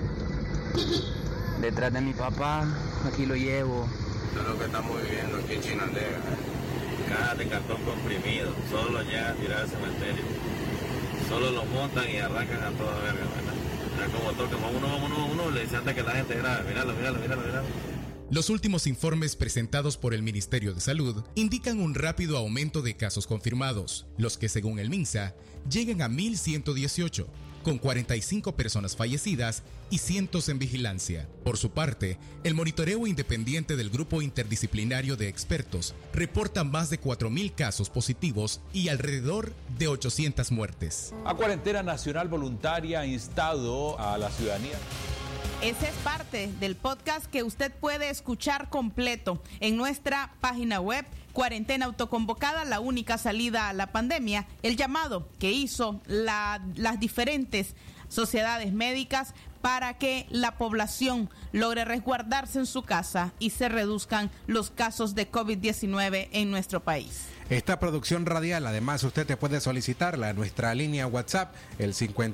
Detrás de mi papá, aquí lo llevo. Esto es lo que estamos viviendo aquí en Chinandega. Cajas de cartón comprimido, solo ya a tirar al cementerio. Solo lo montan y arrancan a toda verga, ¿verdad? Como toca, vámonos, le dice antes que la gente grabe, míralo. Los últimos informes presentados por el Ministerio de Salud indican un rápido aumento de casos confirmados, los que según el MINSA llegan a 1.118, con 45 personas fallecidas y cientos en vigilancia. Por su parte, el monitoreo independiente del Grupo Interdisciplinario de Expertos reporta más de 4.000 casos positivos y alrededor de 800 muertes. A Cuarentena Nacional Voluntaria ha instado a la ciudadanía. Ese es parte del podcast que usted puede escuchar completo en nuestra página web, Cuarentena Autoconvocada, la única salida a la pandemia, el llamado que hizo las diferentes sociedades médicas para que la población logre resguardarse en su casa y se reduzcan los casos de COVID-19 en nuestro país. Esta producción radial, además, usted te puede solicitarla a nuestra línea WhatsApp, el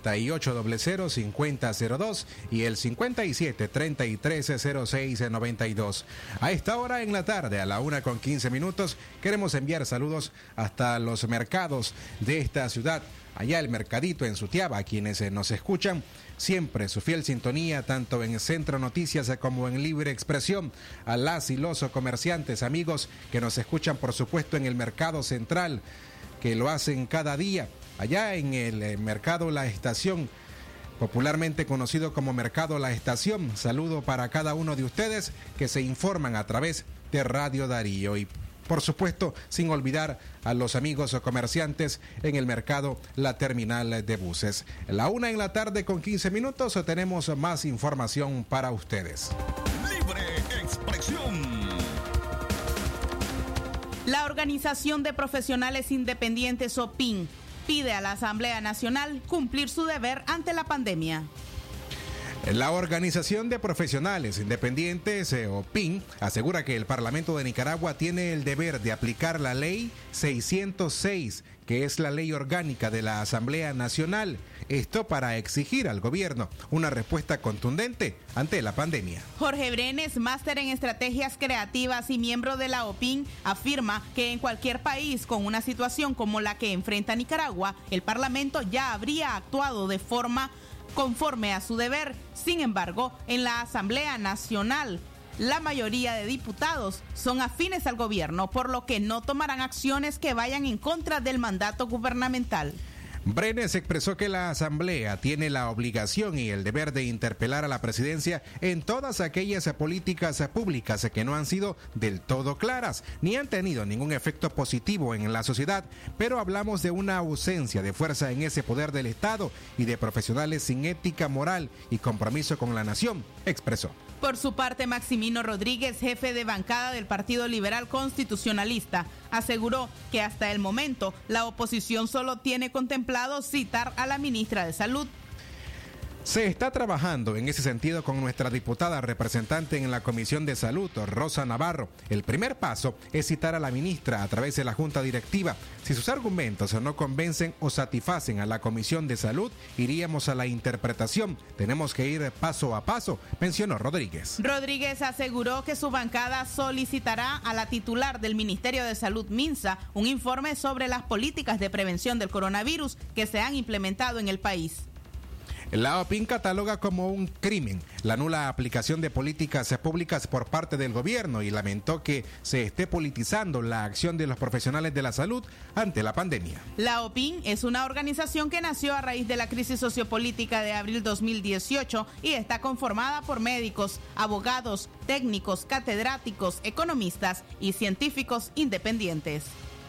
5800-5002 y el 57330692. A esta hora en la tarde, a la 1:15, queremos enviar saludos hasta los mercados de esta ciudad. Allá el Mercadito en Sutiaba, a quienes nos escuchan, siempre su fiel sintonía, tanto en Centro Noticias como en Libre Expresión, a las y los comerciantes, amigos que nos escuchan, por supuesto, en el Mercado Central, que lo hacen cada día, allá en el Mercado La Estación, popularmente conocido como Mercado La Estación. Saludo para cada uno de ustedes que se informan a través de Radio Darío y, por supuesto, sin olvidar a los amigos o comerciantes en el mercado La Terminal de Buses. La 1:15 tenemos más información para ustedes. Libre Expresión. La Organización de Profesionales Independientes OPIN pide a la Asamblea Nacional cumplir su deber ante la pandemia. La Organización de Profesionales Independientes, OPIN, asegura que el Parlamento de Nicaragua tiene el deber de aplicar la Ley 606, que es la ley orgánica de la Asamblea Nacional. Esto para exigir al gobierno una respuesta contundente ante la pandemia. Jorge Brenes, máster en estrategias creativas y miembro de la OPIN, afirma que en cualquier país con una situación como la que enfrenta Nicaragua, el Parlamento ya habría actuado de forma conforme a su deber. Sin embargo, en la Asamblea Nacional, la mayoría de diputados son afines al gobierno, por lo que no tomarán acciones que vayan en contra del mandato gubernamental. Brenes expresó que la Asamblea tiene la obligación y el deber de interpelar a la presidencia en todas aquellas políticas públicas que no han sido del todo claras ni han tenido ningún efecto positivo en la sociedad, pero hablamos de una ausencia de fuerza en ese poder del Estado y de profesionales sin ética moral y compromiso con la nación, expresó. Por su parte, Maximino Rodríguez, jefe de bancada del Partido Liberal Constitucionalista, aseguró que hasta el momento la oposición solo tiene contemplado citar a la ministra de Salud. Se está trabajando en ese sentido con nuestra diputada representante en la Comisión de Salud, Rosa Navarro. El primer paso es citar a la ministra a través de la Junta Directiva. Si sus argumentos no convencen o satisfacen a la Comisión de Salud, iríamos a la interpretación. Tenemos que ir paso a paso, mencionó Rodríguez. Rodríguez aseguró que su bancada solicitará a la titular del Ministerio de Salud, Minsa, un informe sobre las políticas de prevención del coronavirus que se han implementado en el país. La OPIN cataloga como un crimen la nula aplicación de políticas públicas por parte del gobierno y lamentó que se esté politizando la acción de los profesionales de la salud ante la pandemia. La OPIN es una organización que nació a raíz de la crisis sociopolítica de abril 2018 y está conformada por médicos, abogados, técnicos, catedráticos, economistas y científicos independientes.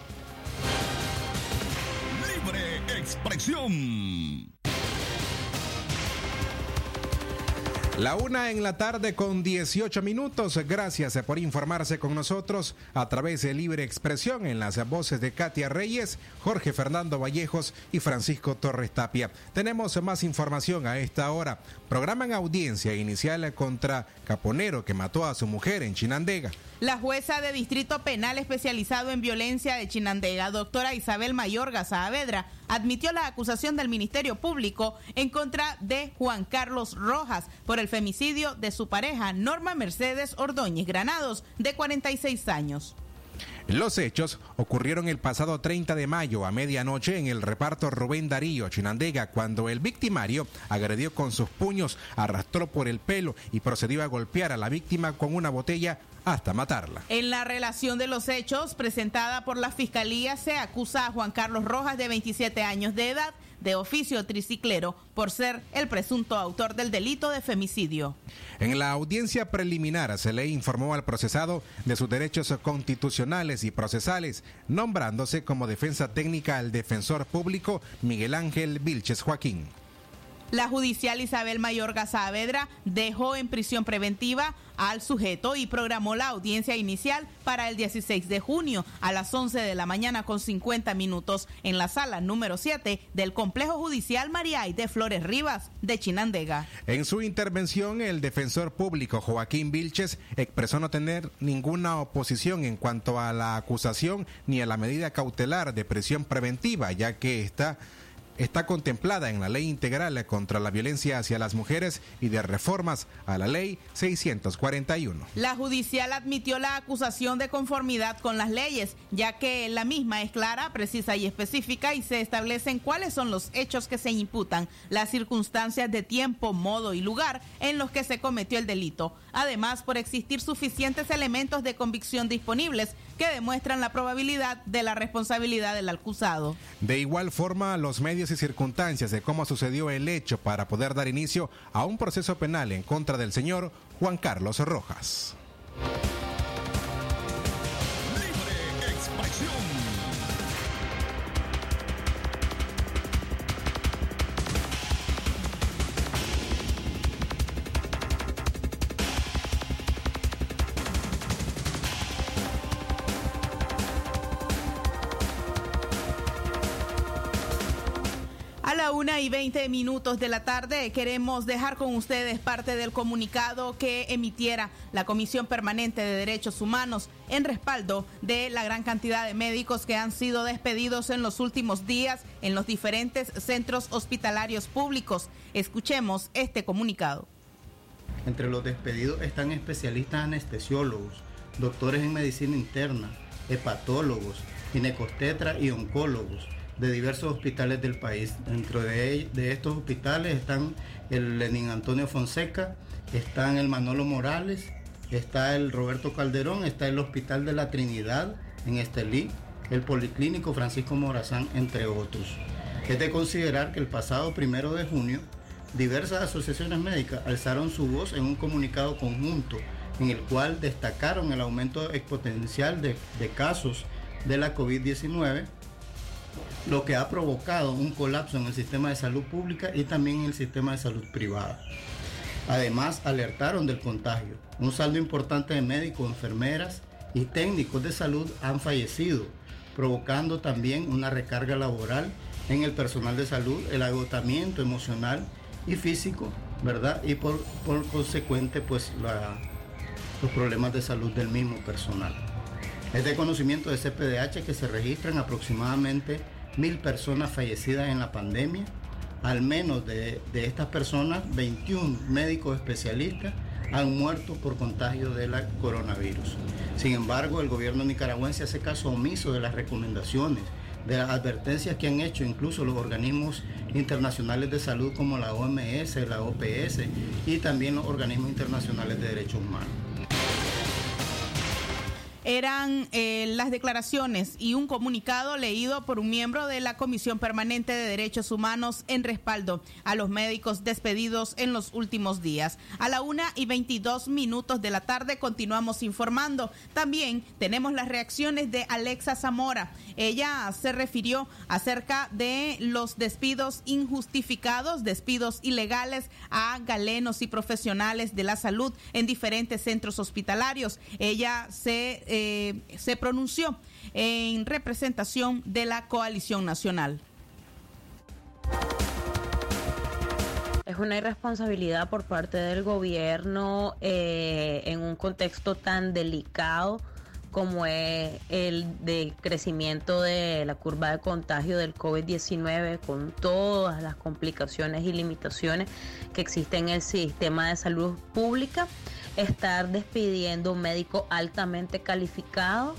Libre expresión. La 1:18 p.m. Gracias por informarse con nosotros a través de Libre Expresión en las voces de Katia Reyes, Jorge Fernando Vallejos y Francisco Torres Tapia. Tenemos más información a esta hora. Programan audiencia inicial contra Caponero que mató a su mujer en Chinandega. La jueza de Distrito Penal Especializado en Violencia de Chinandega, doctora Isabel Mayorga Saavedra, admitió la acusación del Ministerio Público en contra de Juan Carlos Rojas por el femicidio de su pareja Norma Mercedes Ordóñez Granados, de 46 años. Los hechos ocurrieron el pasado 30 de mayo a medianoche en el reparto Rubén Darío, Chinandega, cuando el victimario agredió con sus puños, arrastró por el pelo y procedió a golpear a la víctima con una botella hasta matarla. En la relación de los hechos presentada por la Fiscalía se acusa a Juan Carlos Rojas, de 27 años de edad, de oficio triciclero, por ser el presunto autor del delito de femicidio. En la audiencia preliminar se le informó al procesado de sus derechos constitucionales y procesales, nombrándose como defensa técnica al defensor público Miguel Ángel Vilches Joaquín. La judicial Isabel Mayorga Saavedra dejó en prisión preventiva al sujeto y programó la audiencia inicial para el 16 de junio a las 11 de la mañana con 50 minutos en la sala número 7 del Complejo Judicial María Aide Flores Rivas de Chinandega. En su intervención, el defensor público Joaquín Vilches expresó no tener ninguna oposición en cuanto a la acusación ni a la medida cautelar de prisión preventiva, ya que está contemplada en la Ley Integral contra la Violencia hacia las Mujeres y de reformas a la Ley 641. La judicial admitió la acusación de conformidad con las leyes, ya que la misma es clara, precisa y específica y se establecen cuáles son los hechos que se imputan, las circunstancias de tiempo, modo y lugar en los que se cometió el delito. Además, por existir suficientes elementos de convicción disponibles que demuestran la probabilidad de la responsabilidad del acusado. De igual forma, los medios y circunstancias de cómo sucedió el hecho para poder dar inicio a un proceso penal en contra del señor Juan Carlos Rojas. Libre expresión. A la la 1:20 de la tarde queremos dejar con ustedes parte del comunicado que emitiera la Comisión Permanente de Derechos Humanos en respaldo de la gran cantidad de médicos que han sido despedidos en los últimos días en los diferentes centros hospitalarios públicos. Escuchemos este comunicado. Entre los despedidos están especialistas anestesiólogos, doctores en medicina interna, hepatólogos, ginecobstetras y oncólogos de diversos hospitales del país. Dentro de estos hospitales están el Lenín Antonio Fonseca, están el Manolo Morales, está el Roberto Calderón, está el Hospital de la Trinidad en Estelí, el Policlínico Francisco Morazán, entre otros. Es de considerar que el pasado 1 de junio, diversas asociaciones médicas alzaron su voz en un comunicado conjunto en el cual destacaron el aumento exponencial de casos de la COVID-19, lo que ha provocado un colapso en el sistema de salud pública y también en el sistema de salud privada. Además, alertaron del contagio. Un saldo importante de médicos, enfermeras y técnicos de salud han fallecido, provocando también una recarga laboral en el personal de salud, el agotamiento emocional y físico, ¿verdad? Y por consecuente, pues los problemas de salud del mismo personal. Es de conocimiento de CPDH que se registran aproximadamente 1,000 personas fallecidas en la pandemia. Al menos de estas personas, 21 médicos especialistas han muerto por contagio de la coronavirus. Sin embargo, el gobierno nicaragüense hace caso omiso de las recomendaciones, de las advertencias que han hecho incluso los organismos internacionales de salud como la OMS, la OPS y también los organismos internacionales de derechos humanos. Eran las declaraciones y un comunicado leído por un miembro de la Comisión Permanente de Derechos Humanos en respaldo a los médicos despedidos en los últimos días. A la 1:22 de la tarde continuamos informando. También tenemos las reacciones de Alexa Zamora. Ella se refirió acerca de los despidos injustificados, despidos ilegales a galenos y profesionales de la salud en diferentes centros hospitalarios. Ella se pronunció en representación de la Coalición Nacional. Es una irresponsabilidad por parte del gobierno en un contexto tan delicado como es el de crecimiento de la curva de contagio del COVID-19, con todas las complicaciones y limitaciones que existen en el sistema de salud pública. Estar despidiendo un médico altamente calificado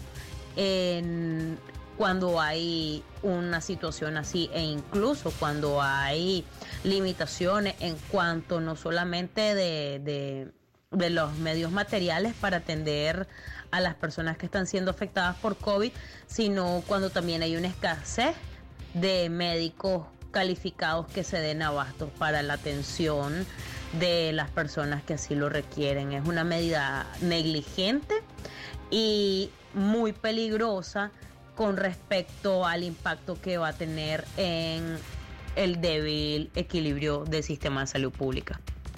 cuando hay una situación así, e incluso cuando hay limitaciones en cuanto no solamente de los medios materiales para atender a las personas que están siendo afectadas por COVID, sino cuando también hay una escasez de médicos calificados que se den abasto para la atención de las personas que así lo requieren. Es una medida negligente y muy peligrosa con respecto al impacto que va a tener en el débil equilibrio del sistema de salud pública.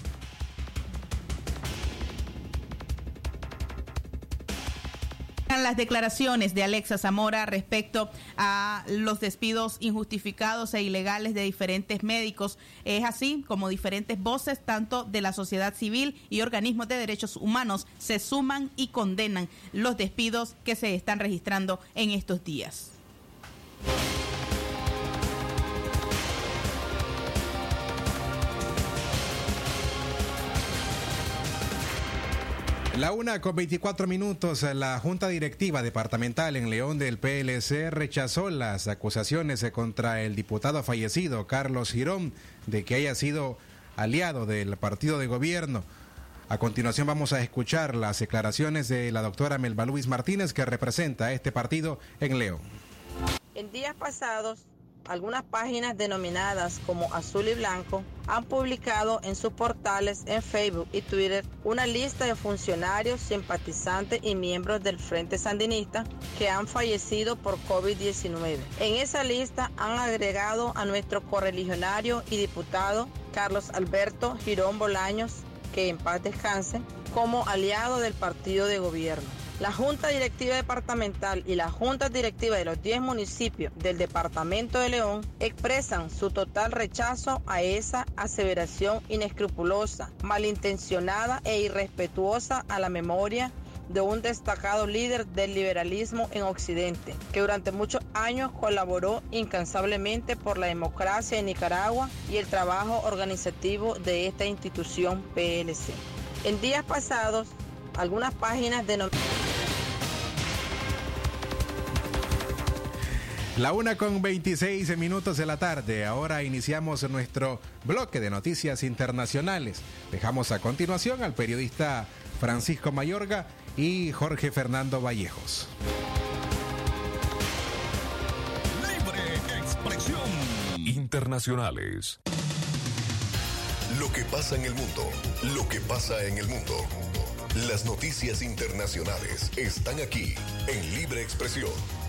Las declaraciones de Alexa Zamora respecto a los despidos injustificados e ilegales de diferentes médicos. Es así como diferentes voces, tanto de la sociedad civil y organismos de derechos humanos, se suman y condenan los despidos que se están registrando en estos días. La 1:24, la Junta Directiva Departamental en León del PLC rechazó las acusaciones contra el diputado fallecido Carlos Girón de que haya sido aliado del partido de gobierno. A continuación vamos a escuchar las declaraciones de la doctora Melba Luis Martínez, que representa a este partido en León. En días pasados, algunas páginas denominadas como Azul y Blanco han publicado en sus portales en Facebook y Twitter una lista de funcionarios, simpatizantes y miembros del Frente Sandinista que han fallecido por COVID-19. En esa lista han agregado a nuestro correligionario y diputado Carlos Alberto Girón Bolaños, que en paz descanse, como aliado del partido de gobierno. La Junta Directiva Departamental y la Junta Directiva de los 10 municipios del Departamento de León expresan su total rechazo a esa aseveración inescrupulosa, malintencionada e irrespetuosa a la memoria de un destacado líder del liberalismo en Occidente, que durante muchos años colaboró incansablemente por la democracia en Nicaragua y el trabajo organizativo de esta institución PLC. En días pasados, algunas páginas La 1:26 de la tarde. Ahora iniciamos nuestro bloque de noticias internacionales. Dejamos a continuación al periodista Francisco Mayorga y Jorge Fernando Vallejos. Libre expresión. Internacionales. Lo que pasa en el mundo. Lo que pasa en el mundo. Las noticias internacionales están aquí en Libre Expresión.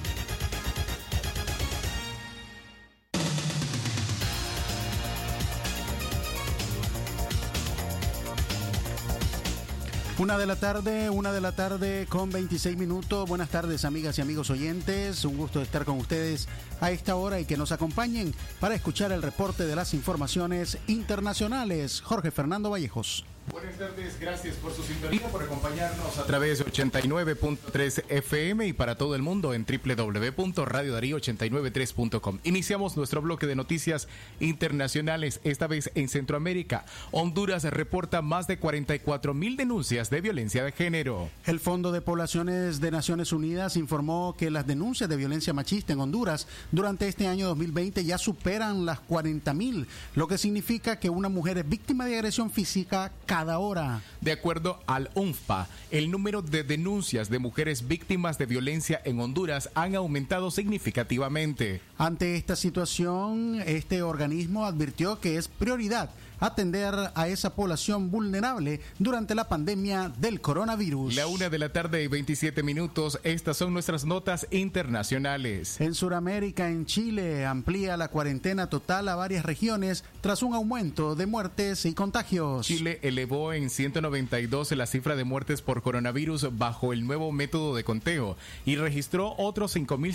Una de la tarde con 26 minutos. Buenas tardes, amigas y amigos oyentes. Un gusto estar con ustedes a esta hora y que nos acompañen para escuchar el reporte de las informaciones internacionales. Jorge Fernando Vallejos. Buenas tardes, gracias por su sintonía, por acompañarnos a través de 89.3 FM y para todo el mundo en www.radiodarío893.com. Iniciamos nuestro bloque de noticias internacionales, esta vez en Centroamérica. Honduras reporta más de 44,000 denuncias de violencia de género. El Fondo de Poblaciones de Naciones Unidas informó que las denuncias de violencia machista en Honduras durante este año 2020 ya superan las 40,000, lo que significa que una mujer es víctima de agresión física cada hora. De acuerdo al UNFPA, el número de denuncias de mujeres víctimas de violencia en Honduras han aumentado significativamente. Ante esta situación, este organismo advirtió que es prioridad atender a esa población vulnerable durante la pandemia del coronavirus. La 1:27 p.m. Estas son nuestras notas internacionales. En Sudamérica, en Chile, amplía la cuarentena total a varias regiones tras un aumento de muertes y contagios. Chile elevó en 192 la cifra de muertes por coronavirus bajo el nuevo método de conteo y registró otros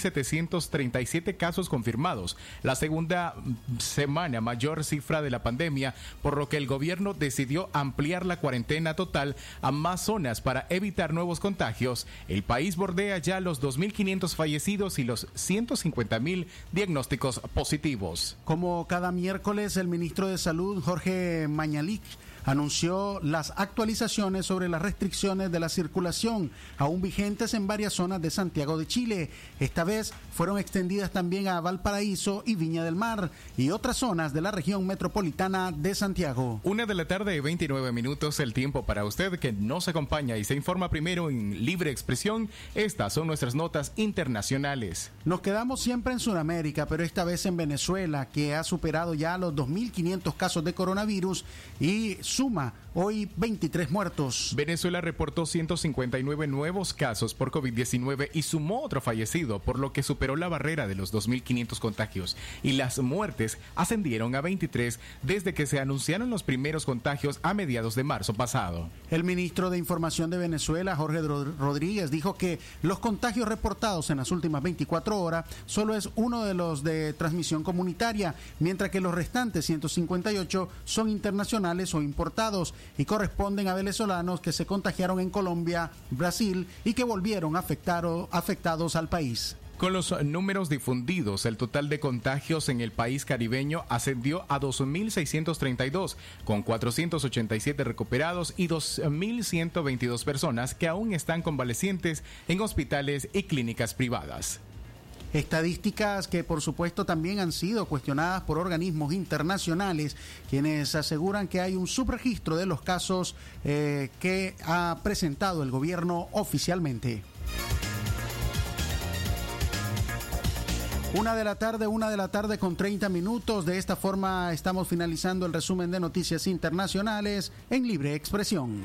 5.737 casos confirmados, la segunda semana mayor cifra de la pandemia, por lo que el gobierno decidió ampliar la cuarentena total a más zonas para evitar nuevos contagios. El país bordea ya los 2.500 fallecidos y los 150,000 diagnósticos positivos. Como cada miércoles, el ministro de Salud, Jorge Mañalich, anunció las actualizaciones sobre las restricciones de la circulación aún vigentes en varias zonas de Santiago de Chile. Esta vez fueron extendidas también a Valparaíso y Viña del Mar y otras zonas de la región metropolitana de Santiago. 1:29 p.m. El tiempo para usted que nos acompaña y se informa primero en Libre Expresión. Estas son nuestras notas internacionales. Nos quedamos siempre en Sudamérica, pero esta vez en Venezuela, que ha superado ya los 2.500 casos de coronavirus y suma hoy 23 muertos. Venezuela reportó 159 nuevos casos por COVID-19 y sumó otro fallecido, por lo que superó la barrera de los 2.500 contagios. Y las muertes ascendieron a 23 desde que se anunciaron los primeros contagios a mediados de marzo pasado. El ministro de Información de Venezuela, Jorge Rodríguez, dijo que los contagios reportados en las últimas 24 horas solo es uno de los de transmisión comunitaria, mientras que los restantes 158 son internacionales o importados y corresponden a venezolanos que se contagiaron en Colombia, Brasil y que volvieron afectados al país. Con los números difundidos, el total de contagios en el país caribeño ascendió a 2.632, con 487 recuperados y 2.122 personas que aún están convalecientes en hospitales y clínicas privadas. Estadísticas que por supuesto también han sido cuestionadas por organismos internacionales, quienes aseguran que hay un subregistro de los casos que ha presentado el gobierno oficialmente. 1:30 con 30 minutos. De esta forma estamos finalizando el resumen de noticias internacionales en Libre Expresión.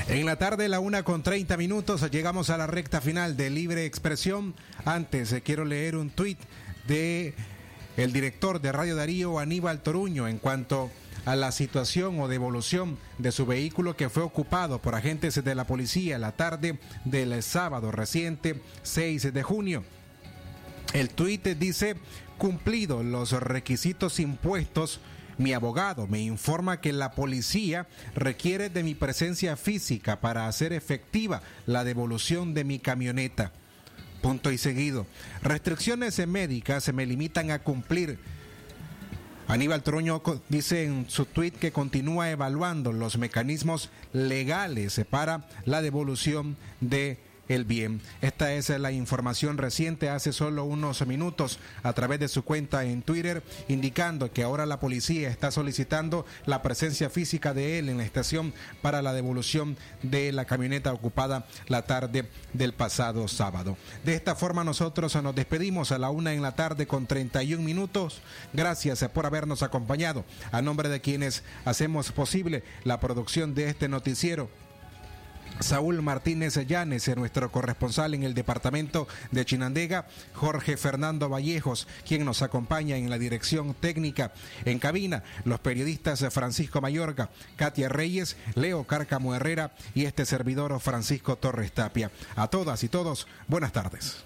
En la tarde, la 1:30, llegamos a la recta final de Libre Expresión. Antes, quiero leer un tuit de el director de Radio Darío, Aníbal Toruño, en cuanto a la situación o devolución de su vehículo que fue ocupado por agentes de la policía la tarde del sábado reciente 6 de junio. El tuit dice: cumplidos los requisitos impuestos, mi abogado me informa que la policía requiere de mi presencia física para hacer efectiva la devolución de mi camioneta. Punto y seguido. Restricciones médicas se me limitan a cumplir. Aníbal Toruño dice en su tuit que continúa evaluando los mecanismos legales para la devolución de el bien. Esta es la información reciente hace solo unos minutos a través de su cuenta en Twitter, indicando que ahora la policía está solicitando la presencia física de él en la estación para la devolución de la camioneta ocupada la tarde del pasado sábado. De esta forma nosotros nos despedimos a la 1:31. Gracias por habernos acompañado. A nombre de quienes hacemos posible la producción de este noticiero, Saúl Martínez Llanes, nuestro corresponsal en el departamento de Chinandega, Jorge Fernando Vallejos, quien nos acompaña en la dirección técnica. En cabina, los periodistas Francisco Mayorga, Katia Reyes, Leo Cárcamo Herrera y este servidor Francisco Torres Tapia. A todas y todos, buenas tardes.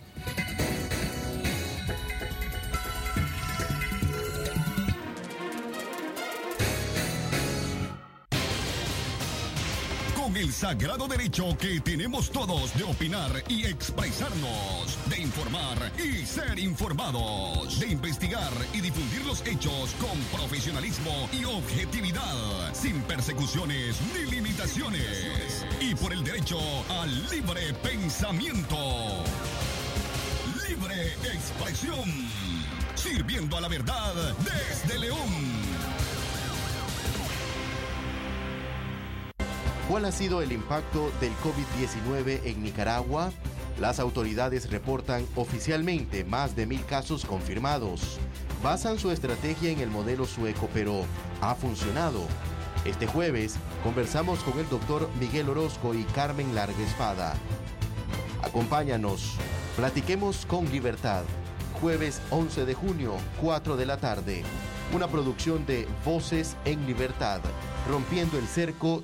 El sagrado derecho que tenemos todos de opinar y expresarnos, de informar y ser informados, de investigar y difundir los hechos con profesionalismo y objetividad, sin persecuciones ni limitaciones, y por el derecho al libre pensamiento. Libre expresión, sirviendo a la verdad desde León. ¿Cuál ha sido el impacto del COVID-19 en Nicaragua? Las autoridades reportan oficialmente más de 1,000 casos confirmados. Basan su estrategia en el modelo sueco, pero ¿ha funcionado? Este jueves conversamos con el doctor Miguel Orozco y Carmen Larga Espada. Acompáñanos, platiquemos con libertad. Jueves 11 de junio, 4 de la tarde. Una producción de Voces en Libertad, rompiendo el cerco